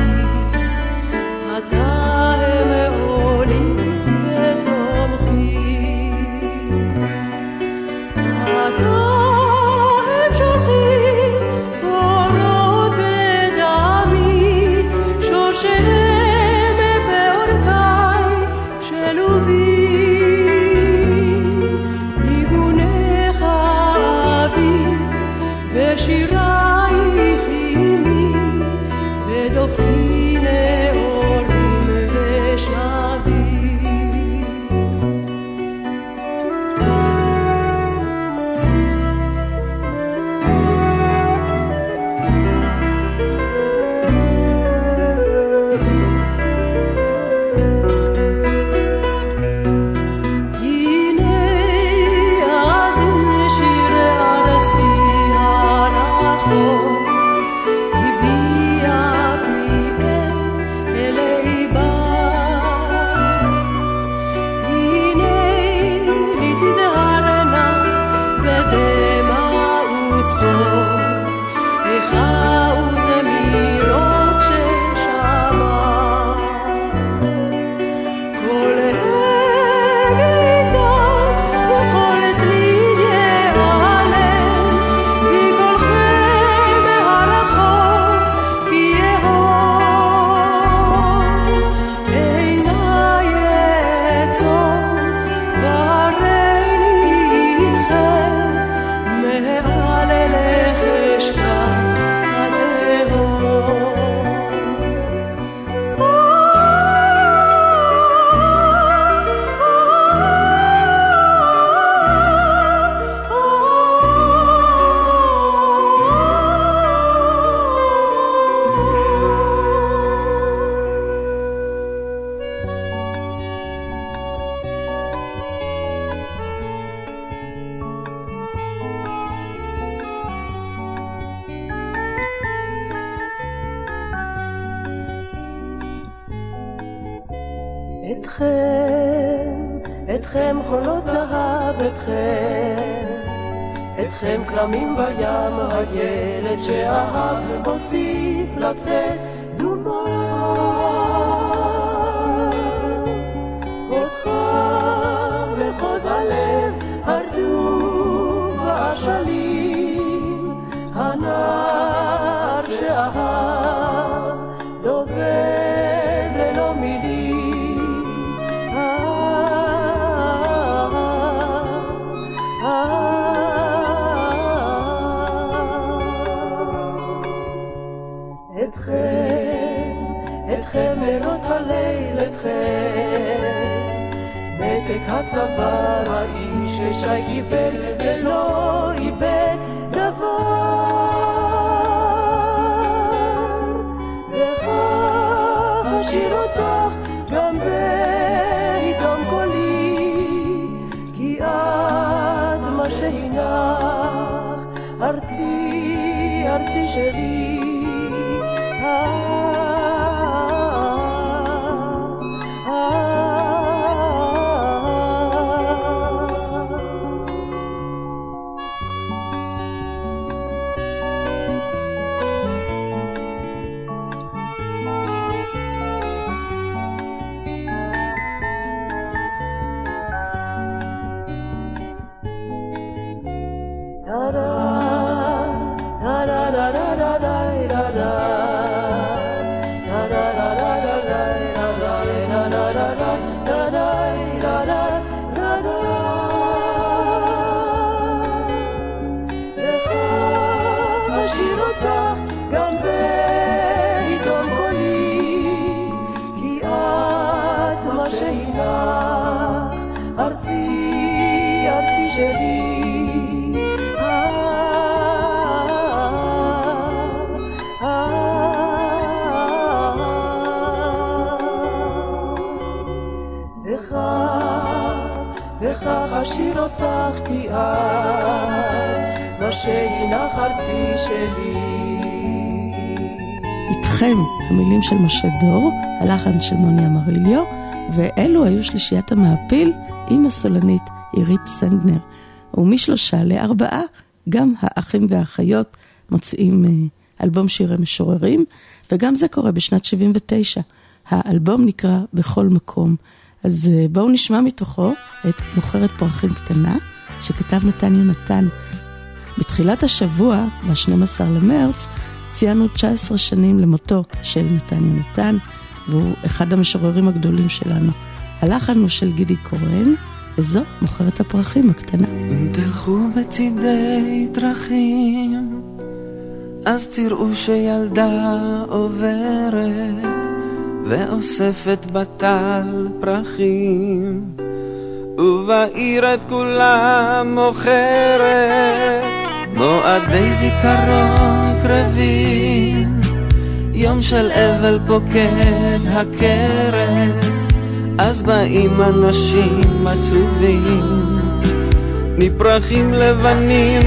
S7: אתכם חולות זהב, אתכם כלמים בים, הילד שאהב מוסיף לשאת דומות. אותך מחוז הלב הרדו והשלים, הנער שאהב דובב ללא מילים. אתכם מרות הליל, מתק הצוואר, האיש ששי קיבל ולא איבד דבר. וכך אשיר אותך גם בעיתון קולי, כי את מה שהינך ארצי, ארצי שלי. אשיר אותך כי את מה שהינך ארצי שלי.
S4: איתכם המילים של משה דור, הלחן של מוני אמריליו, ואלו היו שלישיית המעפיל עם הסולנית עירית סנדנר. ומשלושה לארבעה גם האחים והאחיות מוצאים אלבום שירי משוררים, וגם זה קורה בשנת 79. האלבום נקרא בכל מקום. אז בואו נשמע מתוכו את מוכרת פרחים קטנה, שכתב נתן יונתן. בתחילת השבוע, ב-12 למרץ, ציינו 19 שנים למותו של נתן יונתן, והוא אחד המשוררים הגדולים שלנו. הלחן הוא של גידי קורן, וזו מוכרת הפרחים הקטנה.
S6: תלכו בצדי דרכים, אז תראו שילדה עוברת, ואוספת בטל פרחים, ובעיר את כולם מוכרת. מועדי זיכרון קרבים, יום של אבל פוקד הכרת, אז באים אנשים עצובים, מפרחים לבנים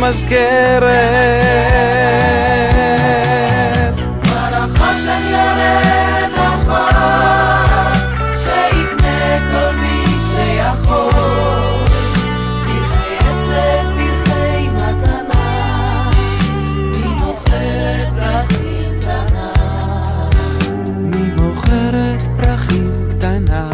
S6: למזכרת.
S5: מרחוק שאני יורד לחור, שיקנה כל מי שיכול, פרחי עצב, פרחי מתנה, ממוכרת פרחים קטנה,
S6: ממוכרת פרחים קטנה.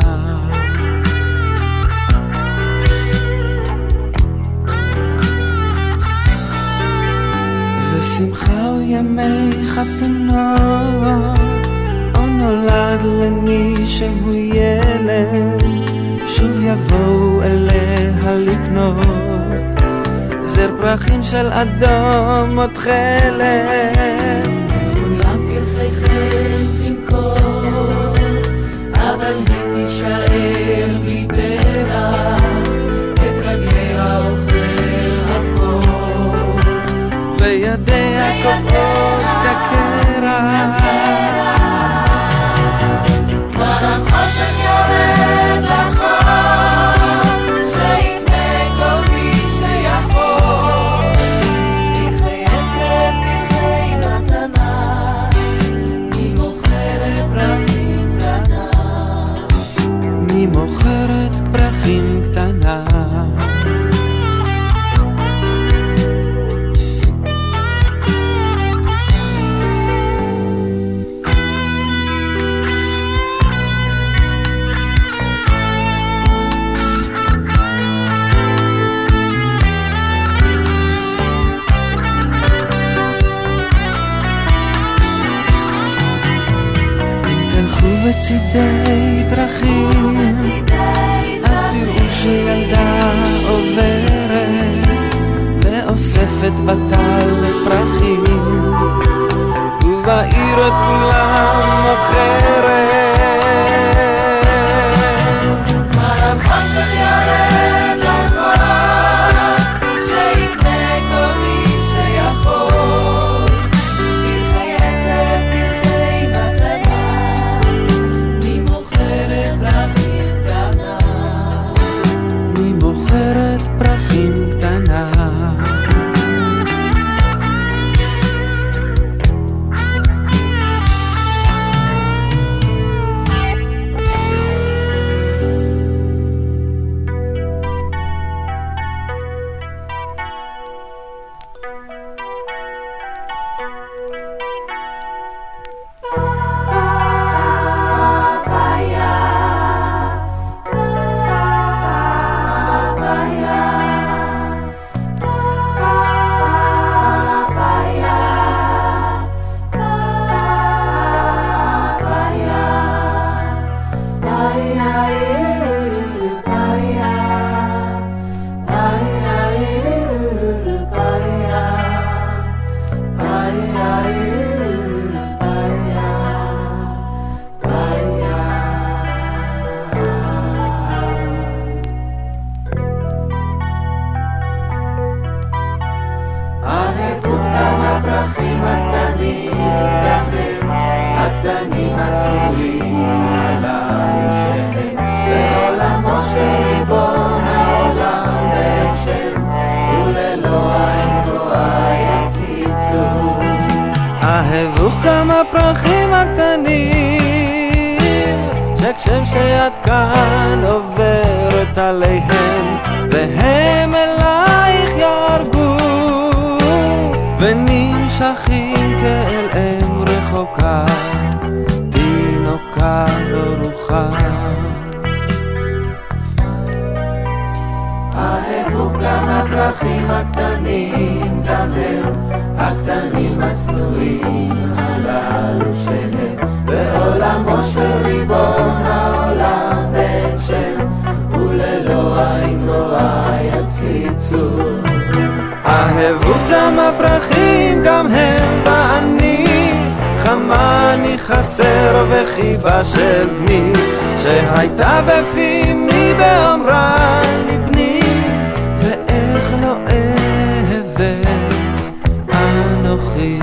S6: ושמחה וימי חתונות, או נולד למי שהוא ילד, שוב יבואו אליה לקנות זר פרחים של אדום או תכלת.
S5: לכולם פרחיכם תמכור, אבל היא תישאר מפרח, את רגליה אוכל הכל,
S6: וידיה קופאות כקרח.
S5: החושך יורד לחור, שיקנה כל מי שיכול, פרחי עצב, פרחי מתנה.
S6: בצידי דרכים, אז תראו שילדה עוברת ואוספת בטל לפרחים, ובעיר את כולם מוכרת.
S7: מערכה של ירד לחורה, שיקנה כל מי שיכול, פרחי עצב, פרחי מתנה, מי מוכרת פרחים קטנה,
S6: מי מוכרת פרחים קטנה. אהבוך כמה פרחים הקטנים, שכשם שאת כאן עוברת עליהם, והם אלייך ירגו, ונמשכים כאל אם רחוקה, תינוקה לא רוחה.
S7: אהבוך גם הפרחים הקטנים, גם הם הקטנים הצנועים הללו שהם בעולמו של ריבון העולם בן שם, וללא עין רואה יציצו.
S6: אהבוך גם הפרחים, גם הם ואני, חמני חסר וחיבה של בני, שהייתה בפי מי באומרה לי בני, ואיך לא אהבת אנוכי.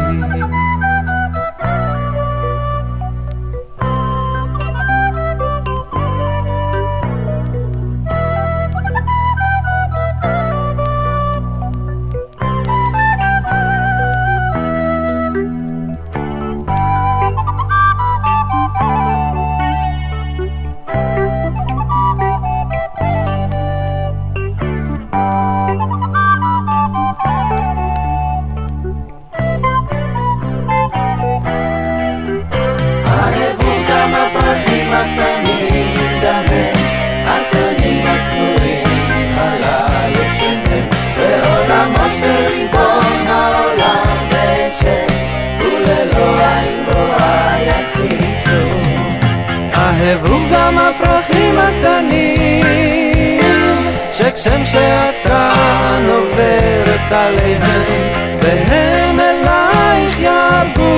S6: אהבו גם הפרחים הקטנים, שכשם שאת כאן עוברת עליהם, והם אלייך ירגו,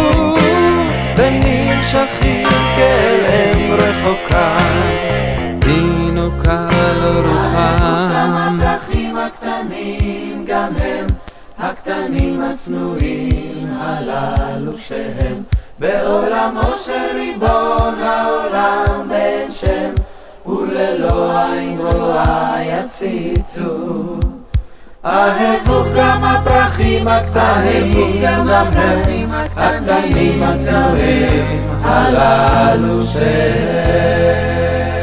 S6: ונמשכים כאל אם רחוקה, תינוקה לא רוחה.
S7: גם הפרחים הקטנים, גם הם הקטנים הצנועים הללו שהם בעולמו של ריבון העולם בן שם, וללא עין רואה יציצו. אהבוך גם הפרחים הקטנים, גם הם הקטנים הצנועים הללו שהם.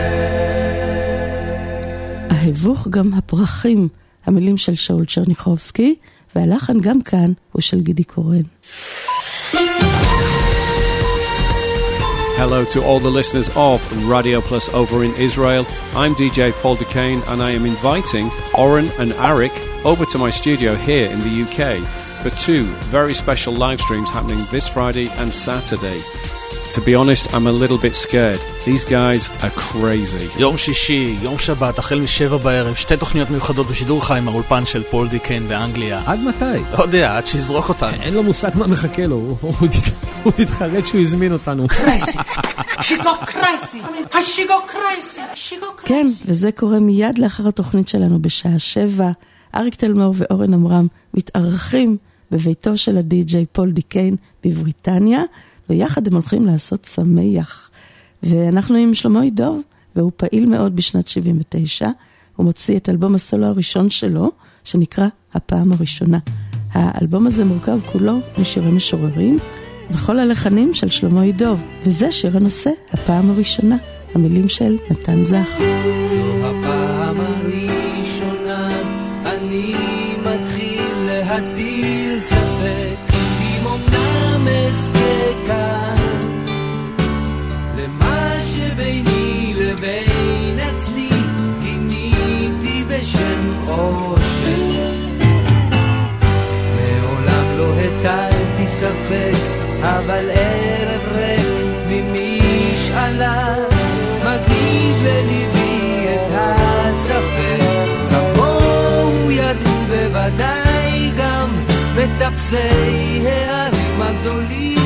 S4: אהבוך גם הפרחים, המילים של שאול צ'רניחובסקי, והלחן גם כאן הוא של גידי קורן.
S1: Hello to all the listeners of Radio Plus over in Israel. I'm DJ Paul Duquesne and I am inviting Oren and Arik over to my studio here in the UK for two very special live streams happening this Friday and Saturday. To be honest, I'm a little bit scared. These guys are crazy.
S9: יום שישי, יום שבת, החל מ7 בערב, 2 תוכניות מיוחדות בשידור חי מהאולפן של פול דיקיין באנגליה.
S10: עד מתי?
S9: לא יודע, עד שיזרוק אותנו.
S10: אין לו מושג מה מחכה לו, הוא תתחרט שהוא הזמין אותנו.
S4: כן, וזה קורה מיד לאחר התוכנית שלנו בשעה 7. אריק תלמור ואורן אמרם מתארחים בביתו של הדי-ג'יי פול דיקיין בבריטניה, ויחד הם הולכים לעשות שמח. ואנחנו עם שלמה ידוב, והוא פעיל מאוד בשנת 79. הוא מוציא את אלבום הסולו הראשון שלו, שנקרא הפעם הראשונה. האלבום הזה מורכב כולו משירי משוררים, וכל הלחנים של שלמה ידוב, וזה שיר הנושא, הפעם הראשונה, המילים של נתן זך.
S3: זו הפעם הראשונה, אני מתחיל להטיל ספק, אם אמנם אזכה למה שביני לבין עצמי, גיניתי בשם אושר. מעולם לא הטלתי ספק, אבל ערב ריק ממשאלה מגניב לליבי את הספק. כמוהו ידעו בוודאי גם מטפסי הערים הגדולים,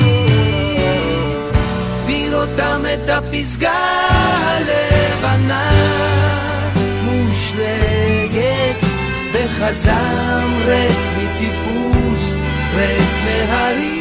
S3: בראותם את הפסגה הלבנה מושלגת בחזם ריק מטיפוס, ריק מהרים.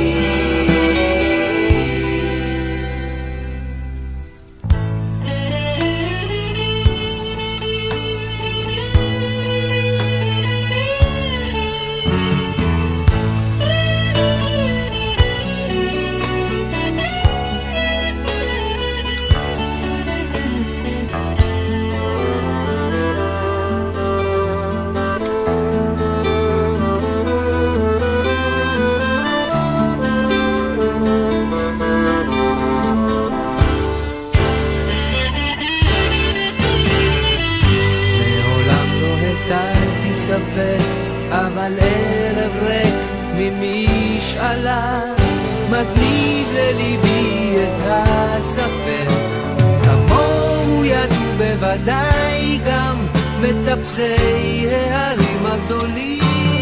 S3: אבל ערב ריק ממשאלה מגניב לליבי את הספק. כמוהו ידעו בוודאי גם מטפסי הערים הגדולים,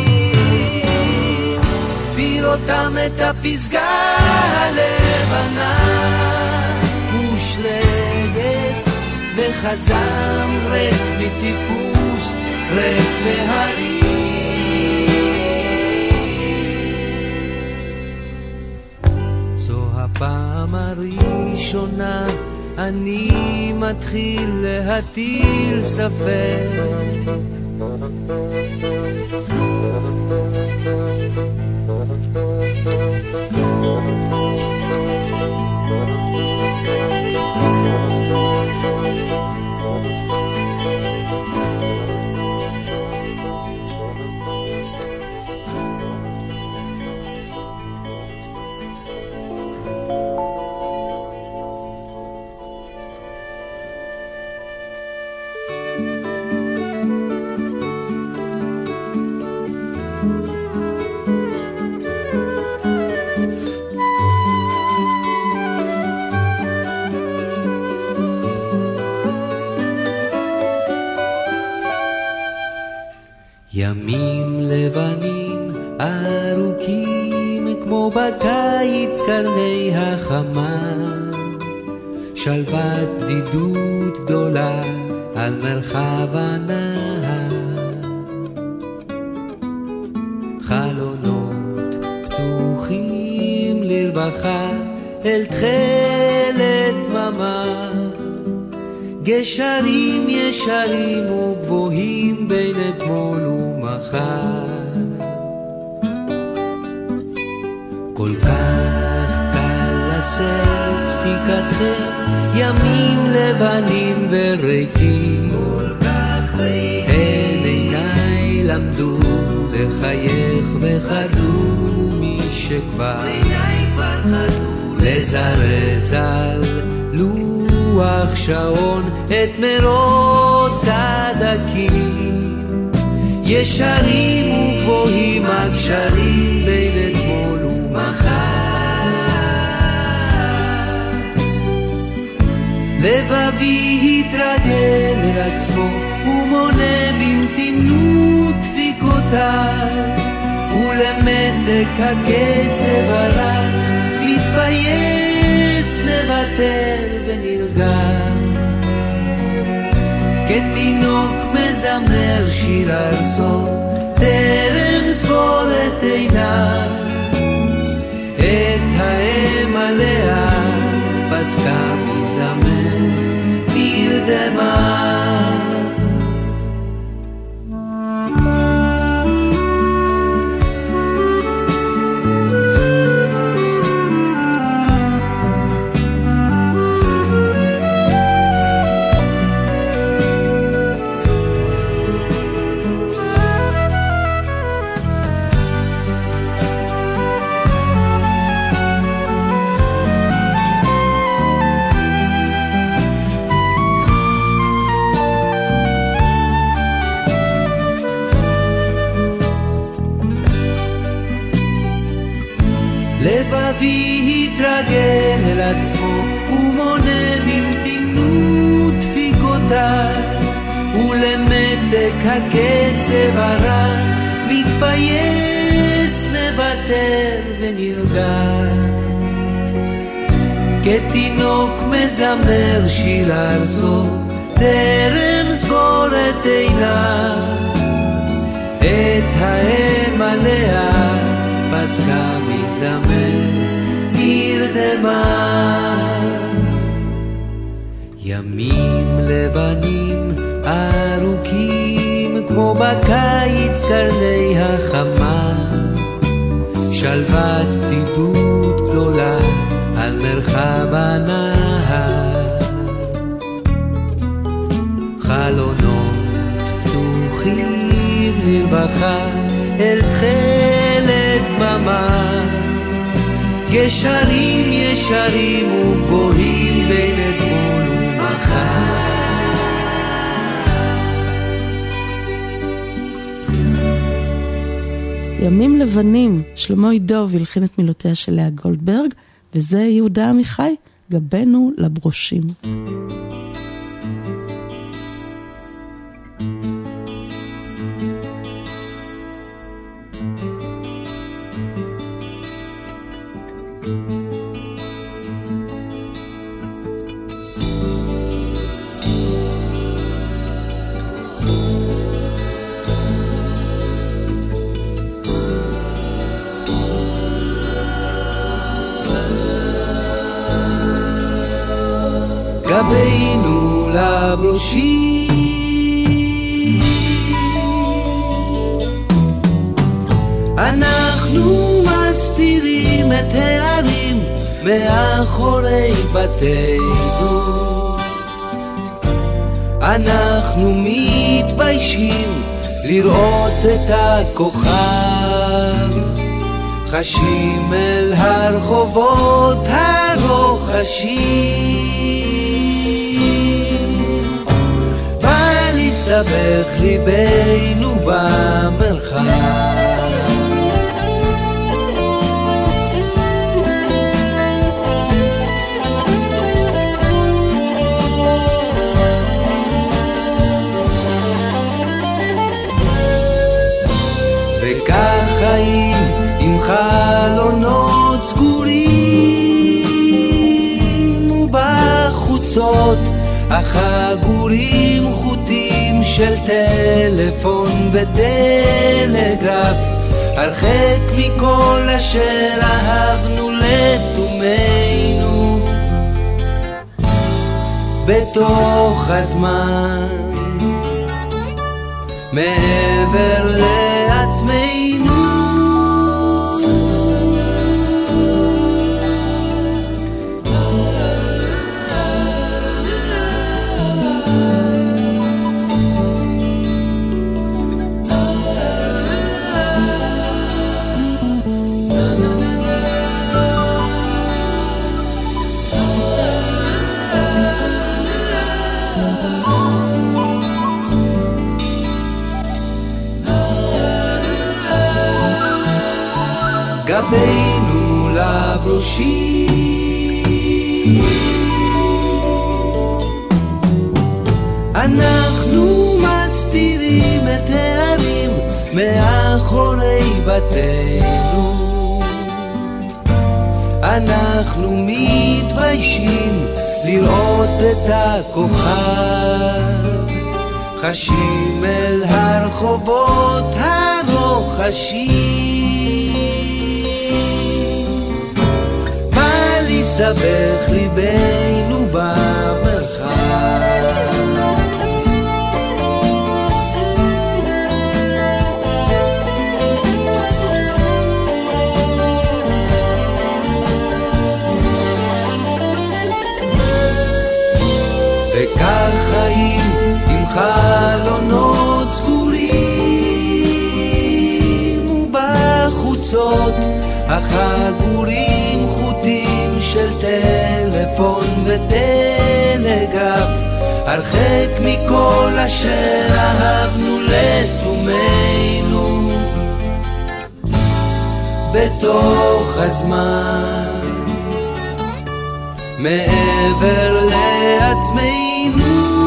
S3: בראותם את הפסגה הלבנה מושלגת בחזם ריק מטיפוס, ריק מהרים. זו הפעם הראשונה אני מתחיל להטיל ספק,
S11: ימים לבנים ארוכים כמו בקיץ קרני החמה, שלוות בדידות גדולה על מרחב הנהר, חלונות פתוחים לרווחה אל תחילת דממה, גשרים ישרים וגבוהים בין אתמול ומחר. כל כך קל לשאת שתיקתכם, ימים לבנים וריקים, כל כך ריקים. הן עיניי למדו לחייך וחדו מי שכבר עיניי כבר חדו לזרז על לוח שעון את מרוץ הדקים, ישרים וגבוהים הגשרים בין אתמול ומחר. לבבי התרגל אל עצמו ומונה במתינות דפיקותיו ולמתק הקצב הלך מתבייס מבטל ונרגע כתינוק מזמר שיר ארצו טרם סגור את עיניו את האם עליה פסקה מזמר נרדמה לבבי התרגל אל עצמו ומונה במתינות דפיקותיו ולמתק הקצב הרך מתבייס מבטל ונרגע כתינוק מזמר שיר ארצו טרם סגור את עיניו את האם עליה פסקה מזמר נרדמה ימים לבנים ארוכים כמו בקיץ קרני החמה שלוות בדידות גדולה על מרחב הנהר חלונות פתוחים לרווחה אל תכלת דממה גשרים ישרים וגבוהים בין אתמול ומחר
S4: ימים לבנים, שלמה עידוב הלחין את מילותיה של לאה גולדברג וזה יהודה עמיחי, גבנו לברושים.
S11: גבנו לברושים אנחנו מסתירים את הערים מאחורי בתינו אנחנו מתביישים לראות את הכוכב חשים אל הרחובות הרוחשים סבך ליבנו במרחב וכך חיים עם חלונות סגורים ובחוצות החגורים חוטים של טלפון וטלגרף הרחק מכל אשר אהבנו לתומנו בתוך הזמן מעבר לעצמנו גבנו לברושים אנחנו מסתירים את הערים מאחורי בתינו, אנחנו מתביישים לראות את הכוכב, חשים אל הרחובות הרוחשים, מה להסתבך ליבנו במרחב. וכך חיים עם חלונות סגורים, ובחוצות החגורים חוטים של טלפון וטלגרף, הרחק מכל אשר אהבנו לתומנו בתוך הזמן, מעבר לעצמנו.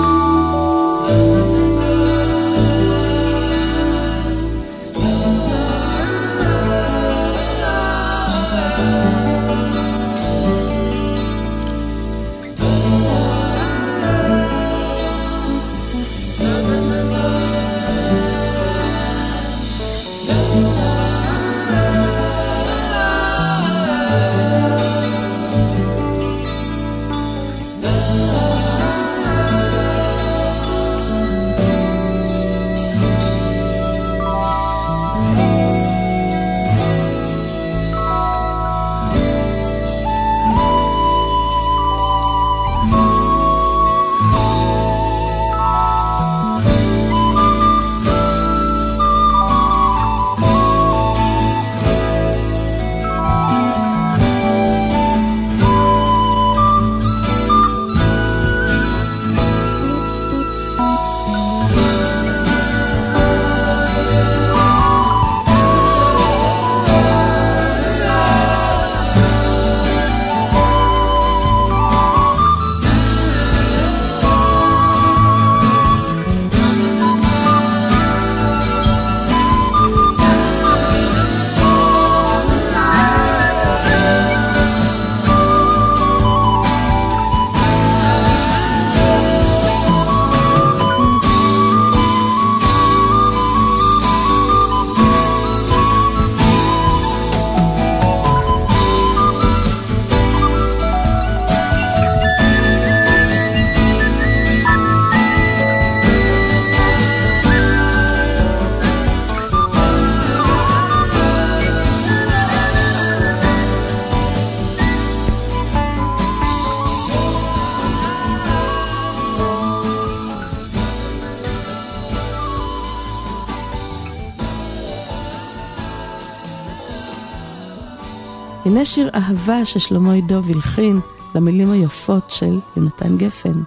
S4: הנה שיר אהבה ששלמה ידוב הלחין למילים היפות של יונתן גפן.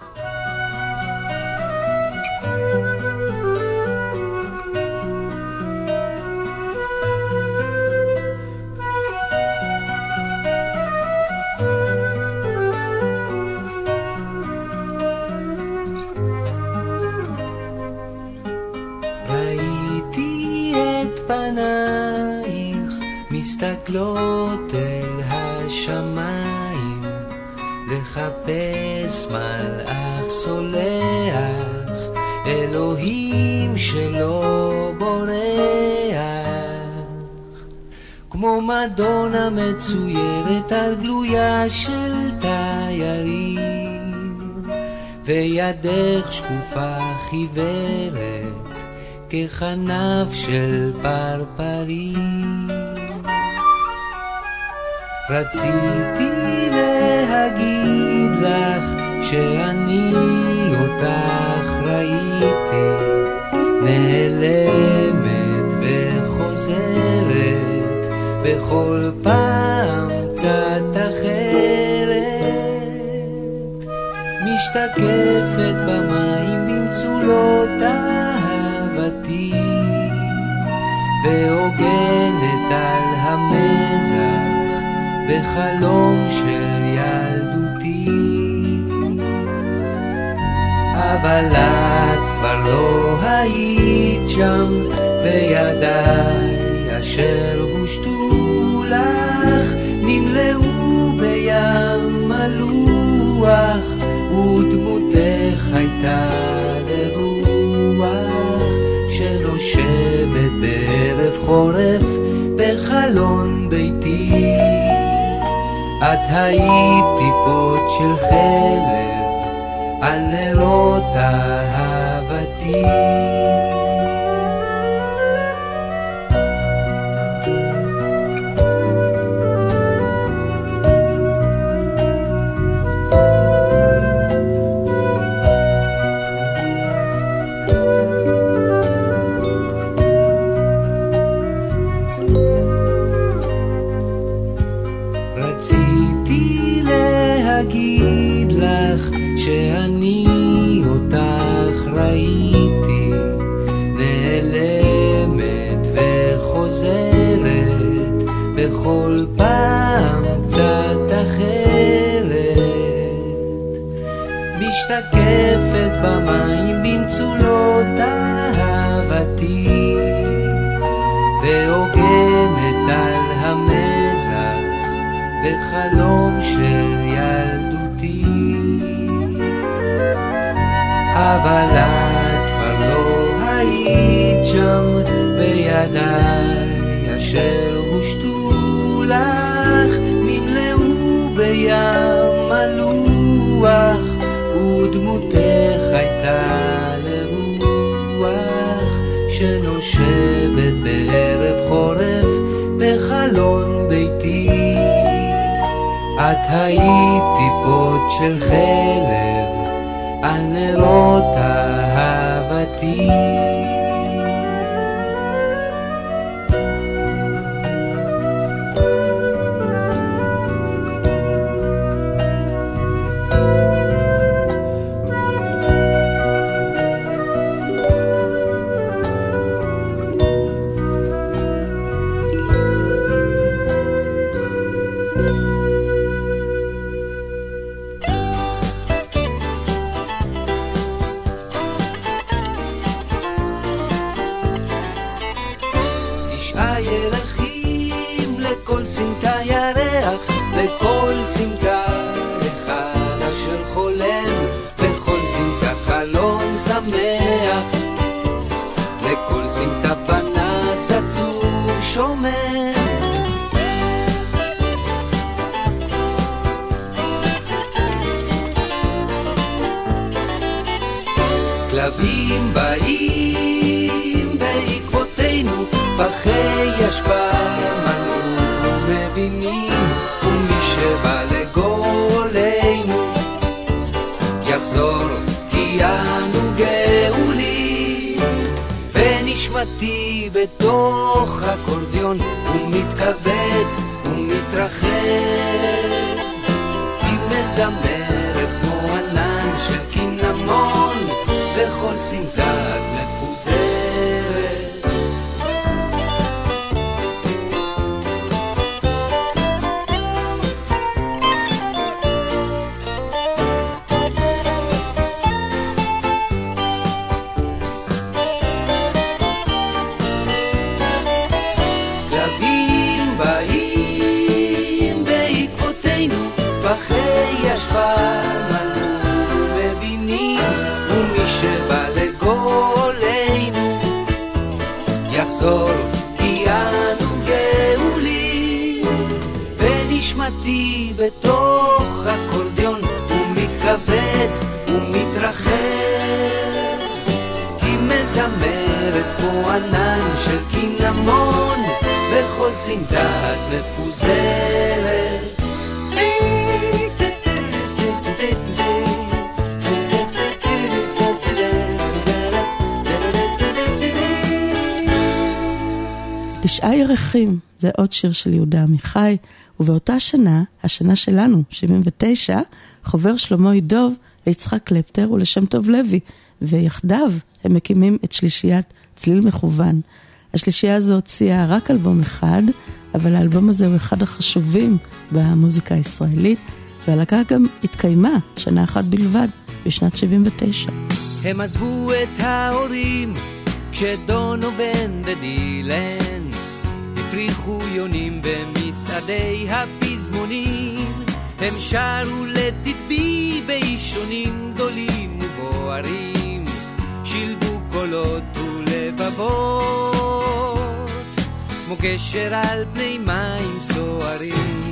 S11: ראיתי את פנייך מסתכלות אל השמיים, לחפש מלאך סולח, אלוהים שלא בורח, כמו מדונה מצוירת על גלויה של תיירים, וידך שקופה חיוורת ככנף של פרפרים. רציתי להגיד לך שאני אותך ראיתי, נעלמת וחוזרת בכל פעם קצת אחרת, משתקפת במים במצולות אהבתי, והוגנת על המזח בחלום של ילדותי. אבל את כבר לא היית שם, וידיי אשר הושטו לך נמלאו בים מלוח, ודמותך הייתה לרוח שנושבת בערב חורף בחלון ביתי. את היית טיפות של חלב על נרות אהבתי. שאני אותך ראיתי נעלמת וחוזרת בכל פעם קצת אחרת, משתקפת במים במצולות אהבתי והוגנת על המזח בחלום של ילדותי. אבל את כבר לא היית שם, בידיי אשר הושטו לך נמלאו בים מלוח, ודמותך הייתה לרוח שנושבת בערב חורף בחלון ביתי. את היית טיפות של חלב על נרות אהבתי. כלבים באים בעקבותינו, פחי אשפה מנו מבינים, ומי שבא לגולנו יחזור כי אנו גאולים. ונשמתי בתוך אקורדיון ומתכווץ ומתרחב, היא מזמרת כמו ענן של קינמון בכל סמטת מפוזרת. כלבים באים בעקבותינו, פחי אשפה יחזור כי אנו גאולים. ונשמתי בתוך אקורדיון ומתכווץ ומתרחב, היא מזמרת כמו ענן של קינמון בכל סמטת מפוזרת.
S4: תשעה ירחים, זה עוד שיר של יהודה עמיחי, ובאותה שנה, השנה שלנו, 79, חובר שלמה ידוב ליצחק קלפטר ולשם טוב לוי, ויחדיו הם מקימים את שלישיית צליל מכוון. השלישייה הזו הוציאה רק אלבום אחד, אבל האלבום הזה הוא אחד החשובים במוזיקה הישראלית, והלהקה גם התקיימה שנה אחת בלבד, בשנת 79.
S11: הם עזבו את ההורים כשדונובן ודילן הפריחו יונים במצעדי הפזמונים. הם שרו לתדבי באישונים גדולים ובוערים, שילבו קולות ולבבות כמו גשר על פני מים סוערים.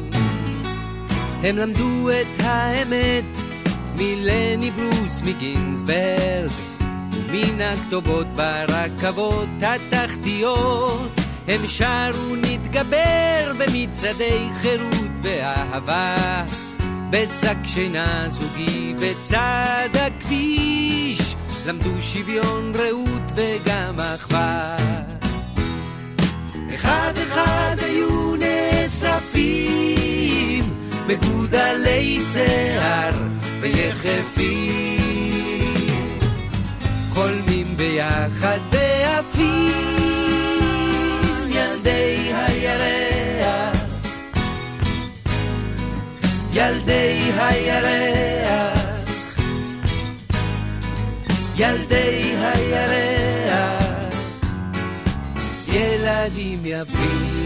S11: הם למדו את האמת מלני ברוס מגינסברג ומן הכתובות ברכבות התחתיות. הם שרו נתגבר במצעדי חירות ואהבה, בשק שינה זוגי בצד הכביש למדו שוויון רעות וגם אחווה. אחד אחד היו נאספים בגודלי שיער ויחפים, חולמים ביחד ועפים ילדי הירח, ילדי הירח, ילדי הירח, ילדים יפים.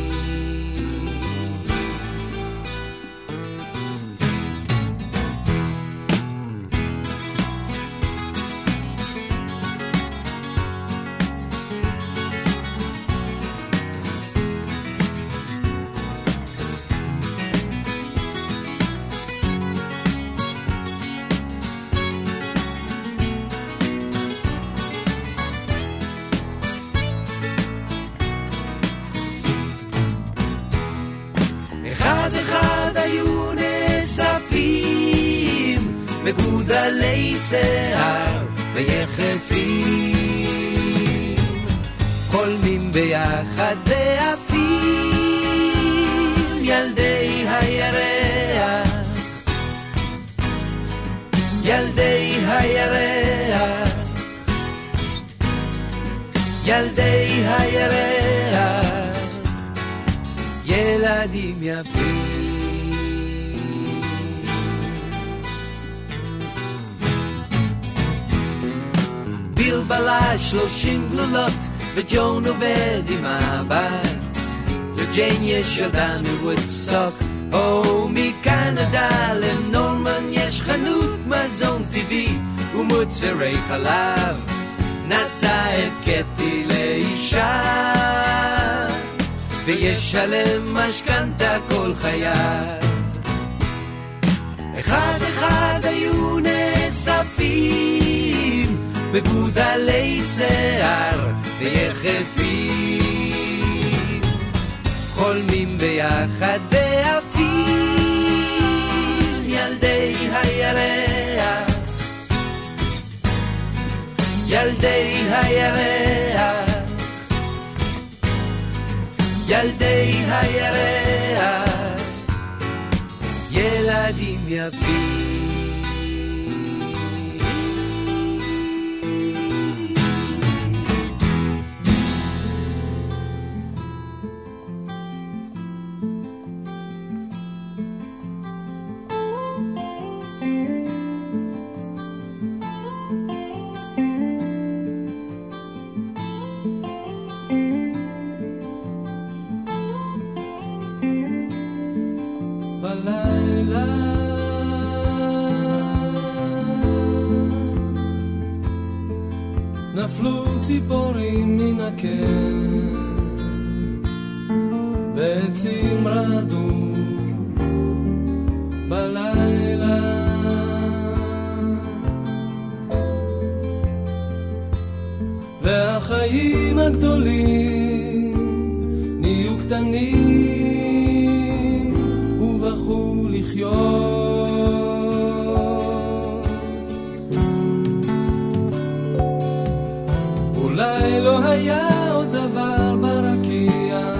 S11: בגודלי שיער ויחפים, חולמים ביחד ועפים ילדי הירח, ילדי הירח, ילדי הירח, ילדים יפים. בלבלה 30 גלולות וג'ון עובד עם הבת, לג'יין יש ילדה מוודסטוק או מקנדה, לנורמן יש חנות מזון טבעי ומוצרי חלב, נשא את קטי לאישה וישלם משכנתה כל חייו. אחד אחד היו נאספים בגודלי שיער ויחפים, חולמים ביחד ועפים ילדי הירח, ילדי הירח, ילדי הירח, ילדים יפים.
S6: נפלו ציפורים מן הקן ועצים רעדו בלילה, והחיים הגדולים נהיו קטנים ובחו לחיות. אולי לא היה עוד דבר ברקיע,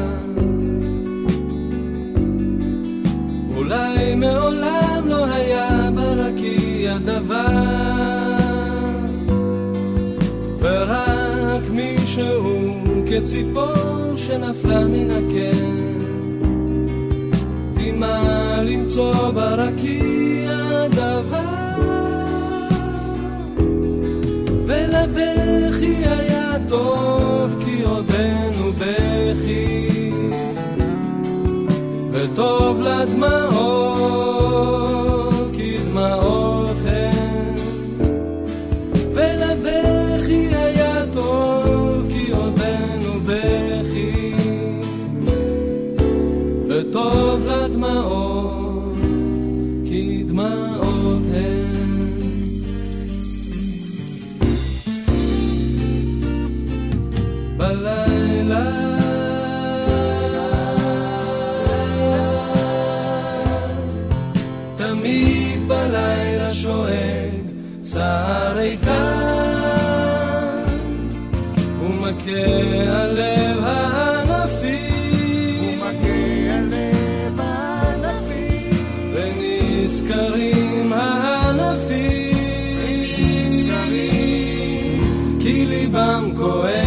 S6: אולי מעולם לא היה ברקיע דבר, ורק מישהו כציפור שנפלה מן הקן דימה למצוא ברקיע דבר.
S12: ולבכי היה טוב כי עודנו בכי, וטוב לדמעות כי דמעות הן. ולבכי היה טוב כי עודנו בכי, וטוב לדמעות כי דמעות הן. בלילה תמיד בלילה שואג סער איתן ומכה הלב הענפים, ונזכרים הענפים כי ליבם כואב.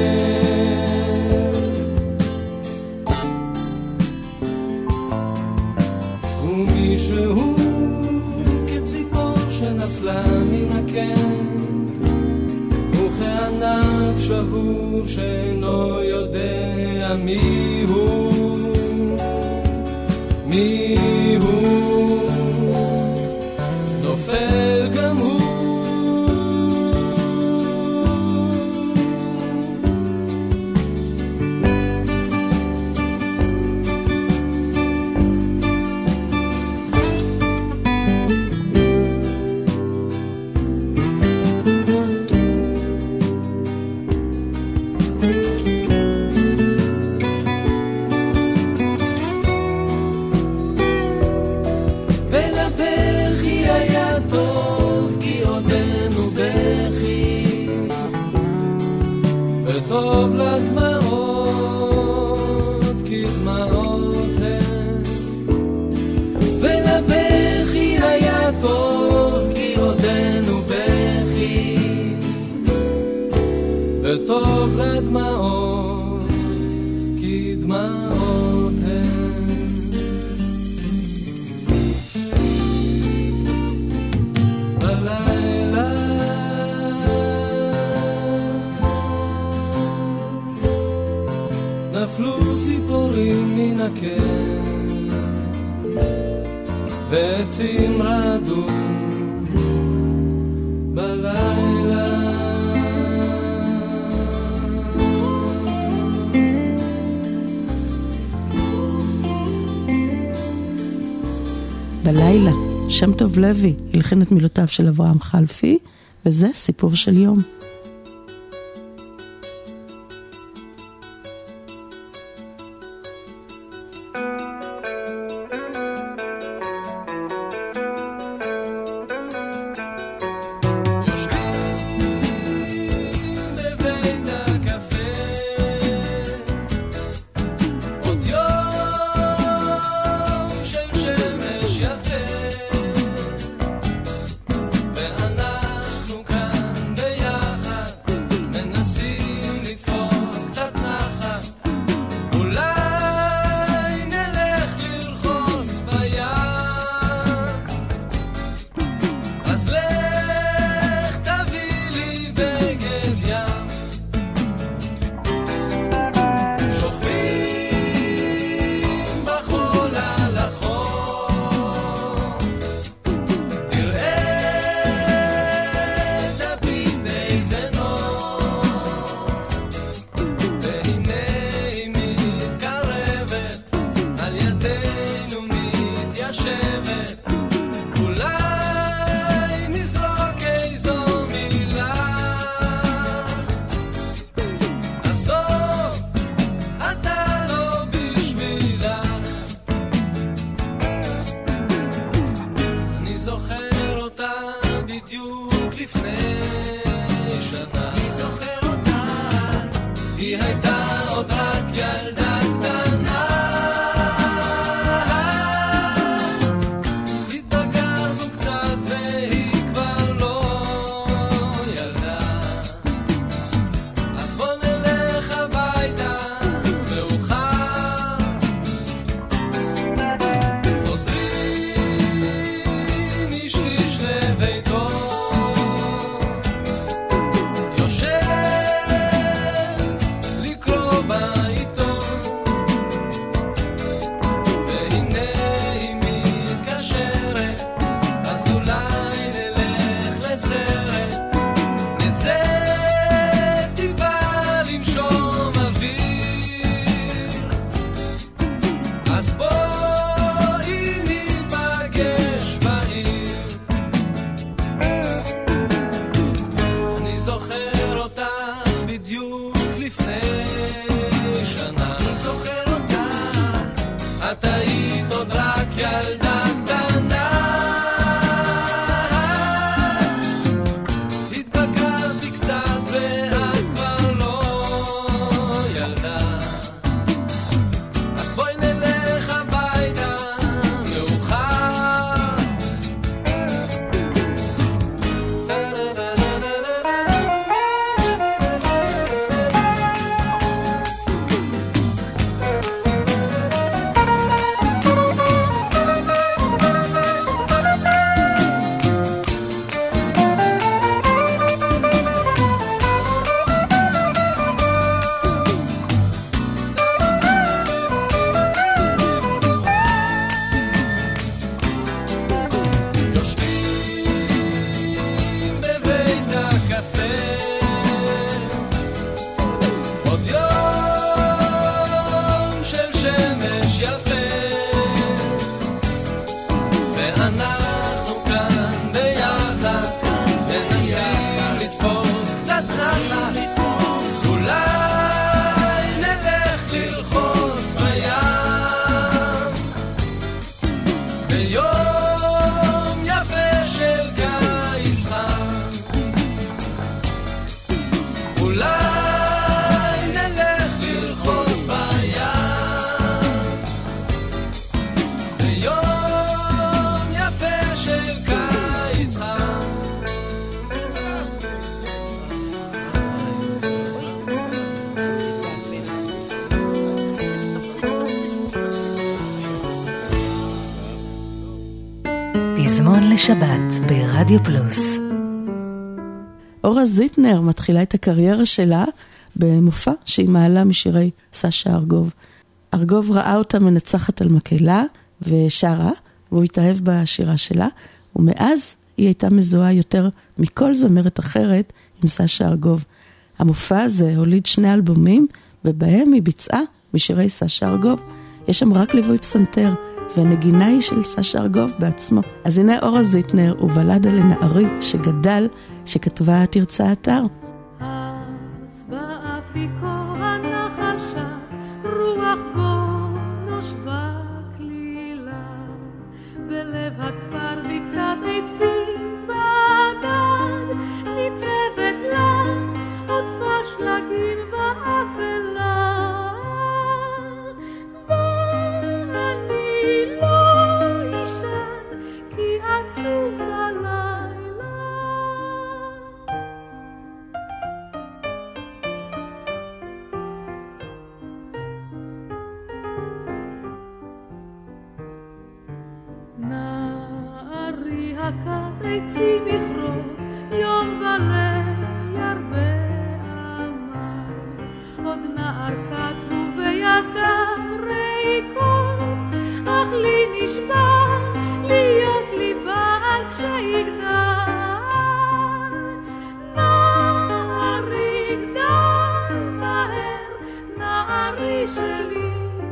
S12: ומישהו כציפור שנפלה מן הקן, וכענף שבור שאינו יודע מי הוא, מי הוא, נופל גם הוא. טוב לדמעות כי דמעות הן, ולבכי היה טוב כי עודנו בכי, וטוב לדמעות כי דמעות הן. בלילה נפלו ציפורים מן הקן, ועצים רעדו בלילה.
S4: בלילה, שם טוב לוי הלחין את מילותיו של אברהם חלפי, וזה סיפור של יום.
S2: שבת ברדיו פלוס.
S4: אורה זיטנר מתחילה את הקריירה שלה במופע שהיא מעלה משירי סשה ארגוב. ארגוב ראה אותה מנצחת על מקהלה ושרה, והוא התאהב בשירה שלה, ומאז היא הייתה מזוהה יותר מכל זמרת אחרת עם סשה ארגוב. המופע הזה הוליד 2 אלבומים, ובהם היא ביצעה משירי סשה ארגוב. יש שם רק ליווי פסנתר, והנגינה היא של סשה ארגוב בעצמו. אז הנה אורה זיטנר ובלדה לנערי שגדל, שכתבה תרצה אתר.
S13: אז באפיקו הנחל שט, רוח בו נושבה כלילה, בלב הכפר בקעת עצים בגד, ניצבת לה עוטפה שלגים ואפלה. נערי הכת עצים יכרות, יום וליל ירבה עמי, עוד נער כתבו בידם ריקות, אך לי נשבע להיות לי בעל כשיגדל. נערי גדל מהר, נערי שלי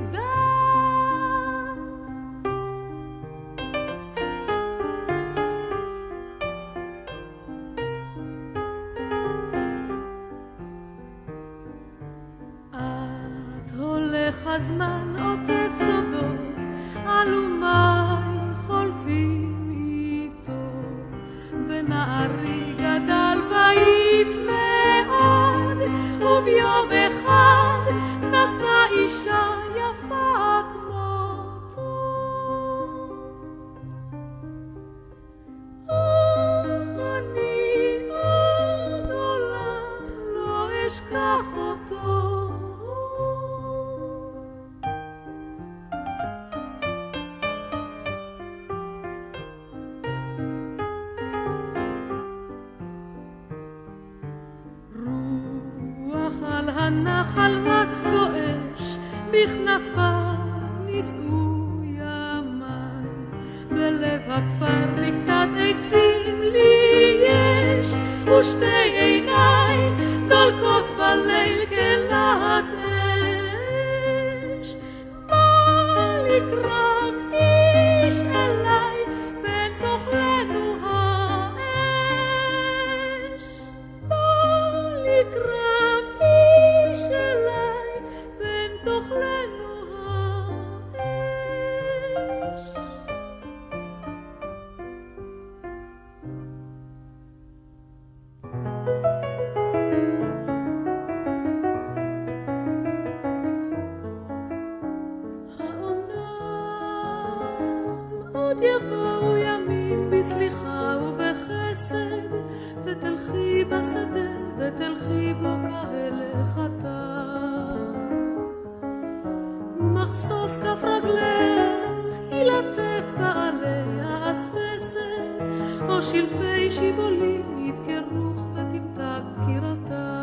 S13: הזמן עוטף סודות, אלומי חולפים איתו, ונערי גדל ואיף מאוד, וביום אחד נשא אישה יפה כמותו. אני עוד עולם לא אשכח אותו. הנחל רץ גועש, בכנפיו נישאו ימי, בלב הכפר בקעת עצים לי יש, ושתי עיניי דולקות בליל כלהט אש. בא לקרב איש אליי, בין תוכלנו האש. בא לקרב שלai ben tochlenu ha'esh. Ha'onam od yavou yamim b'slicha ובחסד, ותלכי בשדה ותלכי בו כהלך אתה, ומחשוף כף רגלך ילטף בעלי האספסת, או שלפי שיבולים יתקרוך ותמתק דקירתה,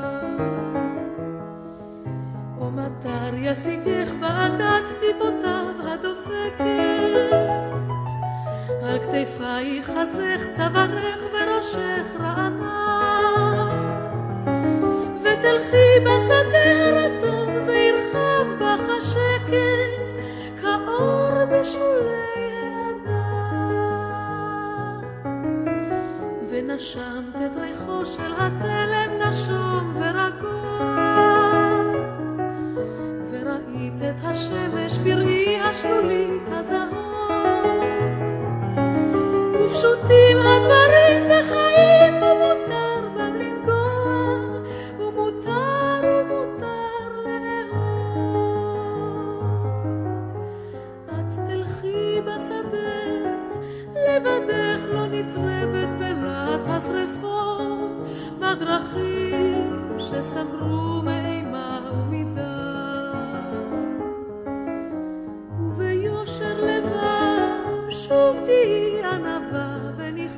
S13: או מטר ישיגך בעדת טיפותיו הדופקת, על כתפייך חזך צווארך וראשך רענן, ותלכי בשדה הרטוב וירחב בך השקט כאור בשולי הענן, ונשמת את ריחו של התלם נשום ורגוע, וראית את השמש בראי השלולית הזהוב, ופשוטים הדברים בחיים ומותר בם לנגוע, ומותר לאהוב. את תלכי בשדה לבדך, לא נצרבת בלהט השרפות, בדרכים שסמרו מאימה ומדם, וביושר לבב שוב תהי ענווה וניחום,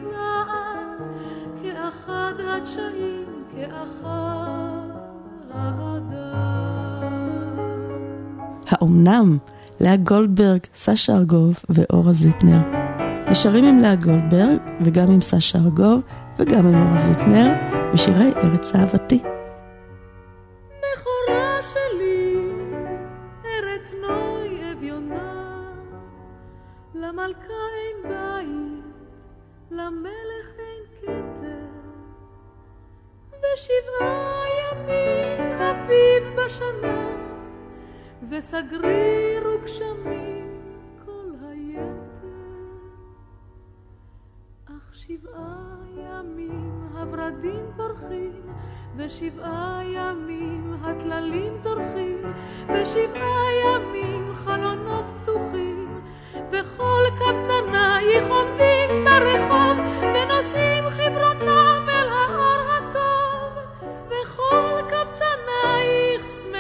S4: האומנם? לאה גולדברג, סשה ארגוב ואורה זיטנר. נשארים עם לאה גולדברג וגם עם סשה ארגוב וגם עם אורה זיטנר בשירי ארץ אהבתי.
S13: מכורה שלי, ארץ נוי אביונה, למלכה אין בית, למלך אין כתר, ושבעה ימים אביב בשנה, וסגריר וגשמים כל היתר. אך 7 ימים הורדים פורחים, ו7 ימים הטללים זורחים, ו7 ימים חלונות פתוחים, וכל קבצנייך עומדים ברחוב, ונושאים חברונם אל האור הטוב, וכל קבצנייך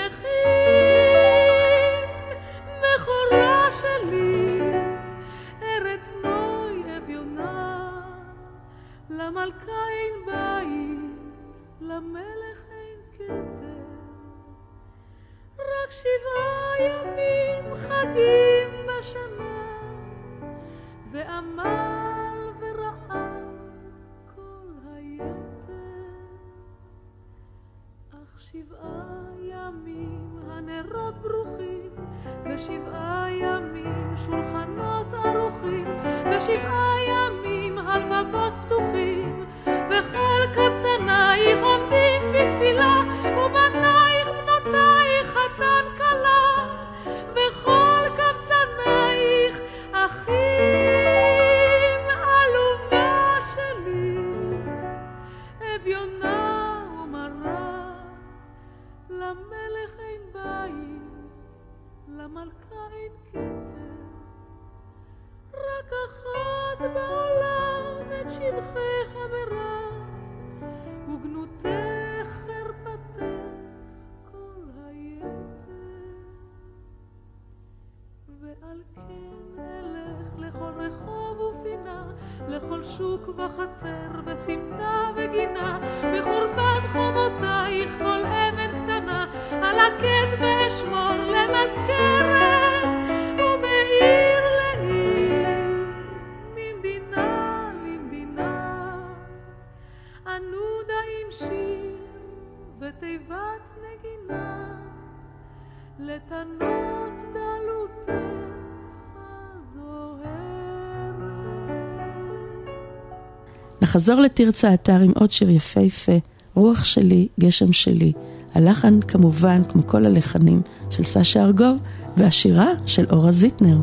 S13: שמחים. מכורה שלי, ארץ נוי אביונה, למלכה אין בית, למלך אין כתר, רק 7 ימים חגים בשנה, ועמל ורעב כל היתר. אך 7 ימים הנרות ברוכים, ו7 ימים שולחנות ערוכים, ו7 ימים הלבבות פתוחים, וכל קבצנייך עומדים בתפילה, ובנייך בנותייך חתן כלה, וכל קבצנייך אחים. עלובה שלי, אביונה ומרה, למלך אין בית, למלכה אין כתר, רק אחת בעולם את שבחך חברה, וגנותך חרפתך כל היתר. ועל כן אלך לכל רחוב ופינה, לכל שוק וחצר וסמטה וגינה, בחורבן חומותייך כל אבן קטנה, על הקט ואשמור למזכרת, ומעיר לעיר, ממדינה למדינה, ענודה עם שיר ותיבת נגינה, לתנות דלותך הזוהרת.
S4: נחזור לתרצה אתר עם עוד שיר יפהפה, רוח שלי, גשם שלי. הלחן כמובן, כמו כל הלחנים, של סשה ארגוב, והשירה של אורה זיטנר.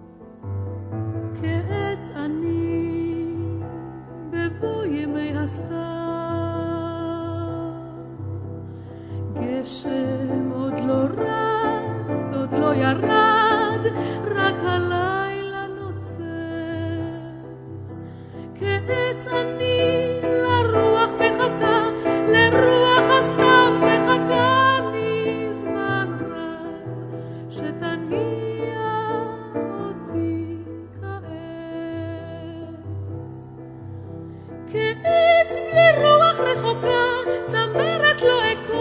S13: כעץ אני בבוא ימי הסתיו, גשם עוד לא רד, עוד לא ירד, רק הלילה נוצץ. כעץ אני לרוח מחכה, לרוח הסתיו מחכה לי זמן רב, שתניע אותי כעץ. כעץ בלי רוח רחוקה, צמרת לא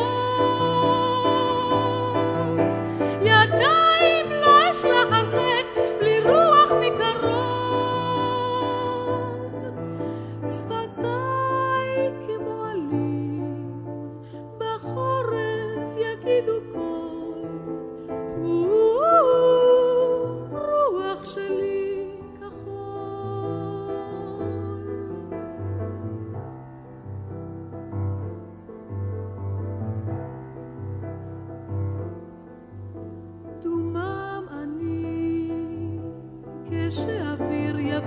S13: אקוף, ידיים לא אשלח הרחק, בלי רוח מקרוב. שפתיי כמו עלים, בחורף יגידו קול, רוח שלי כחול. דומם אני כשאוויר יבש,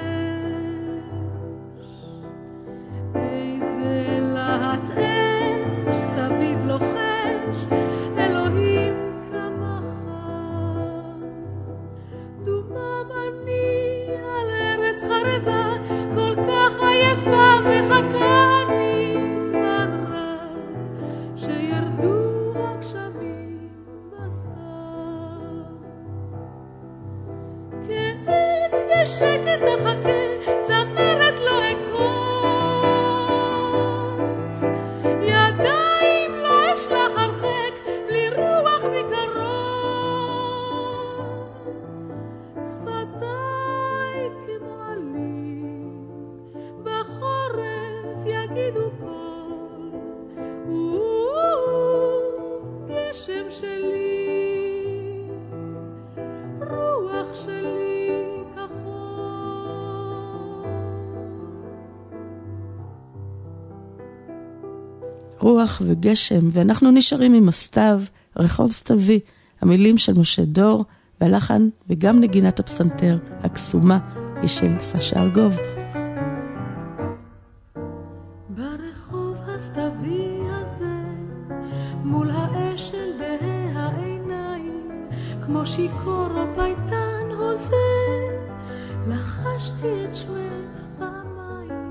S13: איזה להט אש סביב לוחש, אלוהים כמך. דומם אני על ארץ חרבה, כל כך עייפה, מחכה אני זמן רב, שירדו הגשמים בסתיו. כעץ בשקט נחכה, צמרת לא אקוף, ידיים לא אשלח הרחק, בלי רוח מקרוב.
S4: רוח וגשם, ואנחנו נשארים עם הסתיו, רחוב סתווי, המילים של משה דור, והלחן וגם נגינת הפסנתר, הקסומה, היא של סשה ארגוב.
S13: ברחוב הסתווי הזה, מול האש של דהי העיניים, כמו שיקור או פייטן הוזה, לחשתי את שמך פעמיים.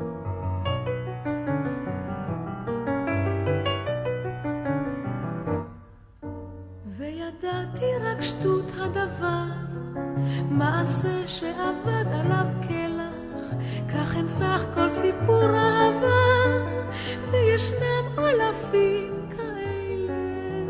S13: וידעתי רק שטות הדבר, מעשה שעבד עליו כלח, כך אין סך כל סיפור אהבה, וישנם אלפים כאלה.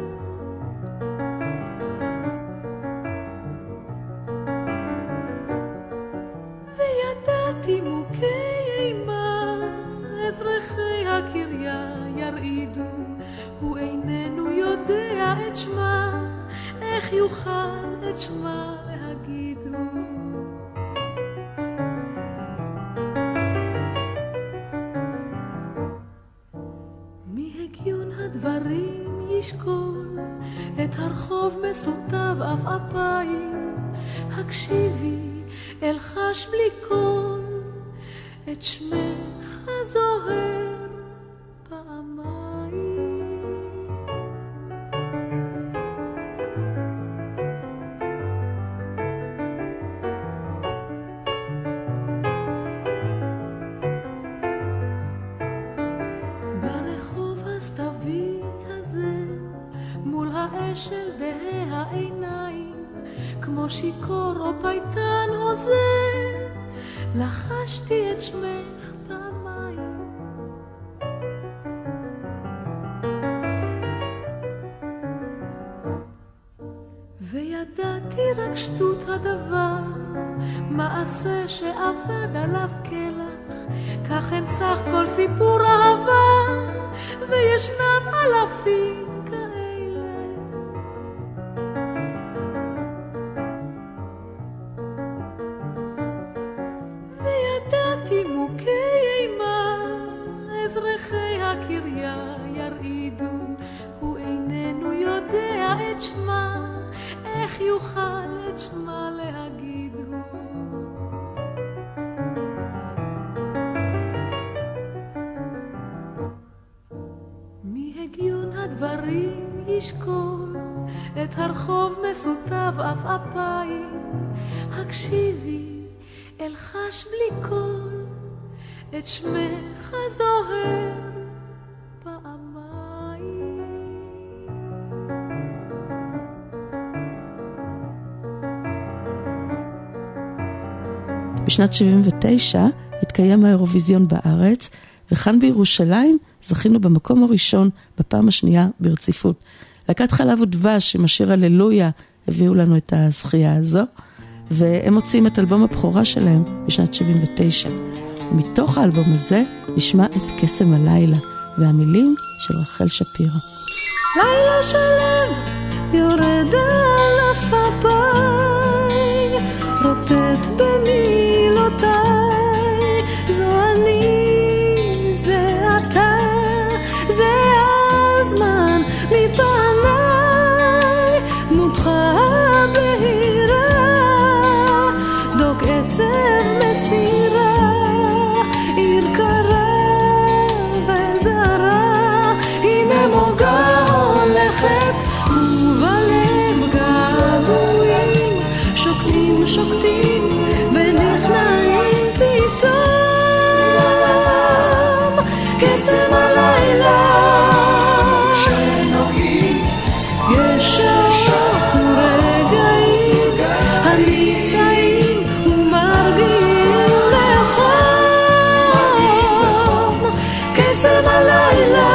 S13: וידעתי מוכי אימה, אזרחי הקריה ירעידו, הוא איננו יודע את שמה, איך יוכל את שמה להגידו. מהגיון הדברים ישקול, את הרחוב מסותיו אף אפיים, הקשיבי אל חש בלי קול, את שמך הזוהר פעמיים. ברחוב הסתווי הזה, מול האש של דהי העיניים, כמו שיקור או פייטן הוזה, לחשתי את שמך פעמיים. וידעתי רק שטות הדבר, מעשה שעבד עליו כלח, כך אין סך כל סיפור אהבה, וישנם אלפים כאלה. וידעתי מוכי אימה, אזרחי הקריה ירעידו, הוא איננו יודע את שמה, איך יוכל את שמה להגידו. מהגיון הדברים ישקול, את הרחוב מסותיו אף אפיים, הקשיבי אל חש בלי קול, את שמך הזוהר פעמיים.
S4: בשנת 79 התקיים האירוויזיון בארץ, וכאן בירושלים זכינו במקום הראשון בפעם השנייה ברציפות. להקת חלב ודבש עם השיר הללויה הביאו לנו את הזכייה הזו, והם מוצאים את אלבום הבכורה שלהם בשנת 79. מתוך האלבום הזה נשמע את קסם הלילה, והמילים של רחל שפירא.
S5: לילה שלב יורד על אפי, רוטט במילותיי, זו אני, זה אתה, זה הזמן מפניי, דמותך בהירה, דוק עצב מסירה, עיר קרה וזרה, הנה מוגה הולכת ובלב געגועים, שוקטים שוקטים ונכנעים פתאום, קסם הלילה שנוגעים, יש שעות ורגעים הנישאים ומרגיעים לחום, קסם הלילה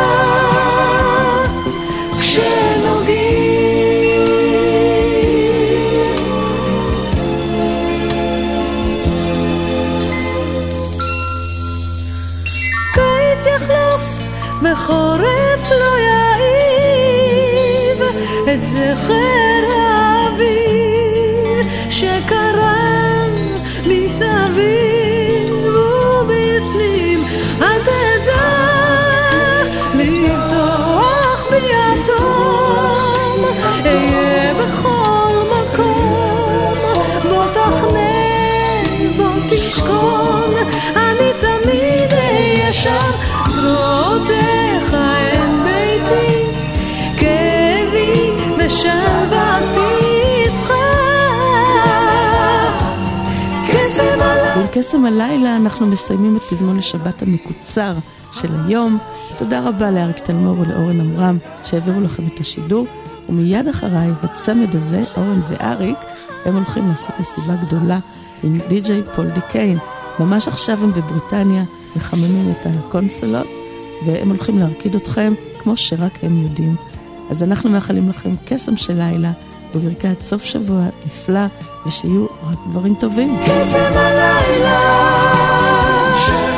S5: בחורף לא יעיב את זכר האביב שקרן מסביב ובפנים התדע לי
S13: אשכון, אני תמיד אהיה שם, זרועותיך הן ביתי, כאבי ושלוותי איתך. קסם הלילה. עם קסם הלילה אנחנו מסיימים את פזמון השבת המקוצר של היום. תודה רבה לאריק תלמור ולאורן אמרם שהעבירו לכם את השידור, ומיד אחריי הצמד הזה, אורן ואריק, הם הולכים לעשות מסיבה גדולה עם די.ג'יי פול די קיין. ממש עכשיו הם בבריטניה מחממים את הקונסולות, והם הולכים להרקיד אתכם כמו שרק הם יודעים. אז אנחנו מאחלים לכם קסם של לילה וברכת סוף שבוע נפלא, ושיהיו רק דברים טובים. קסם הלילה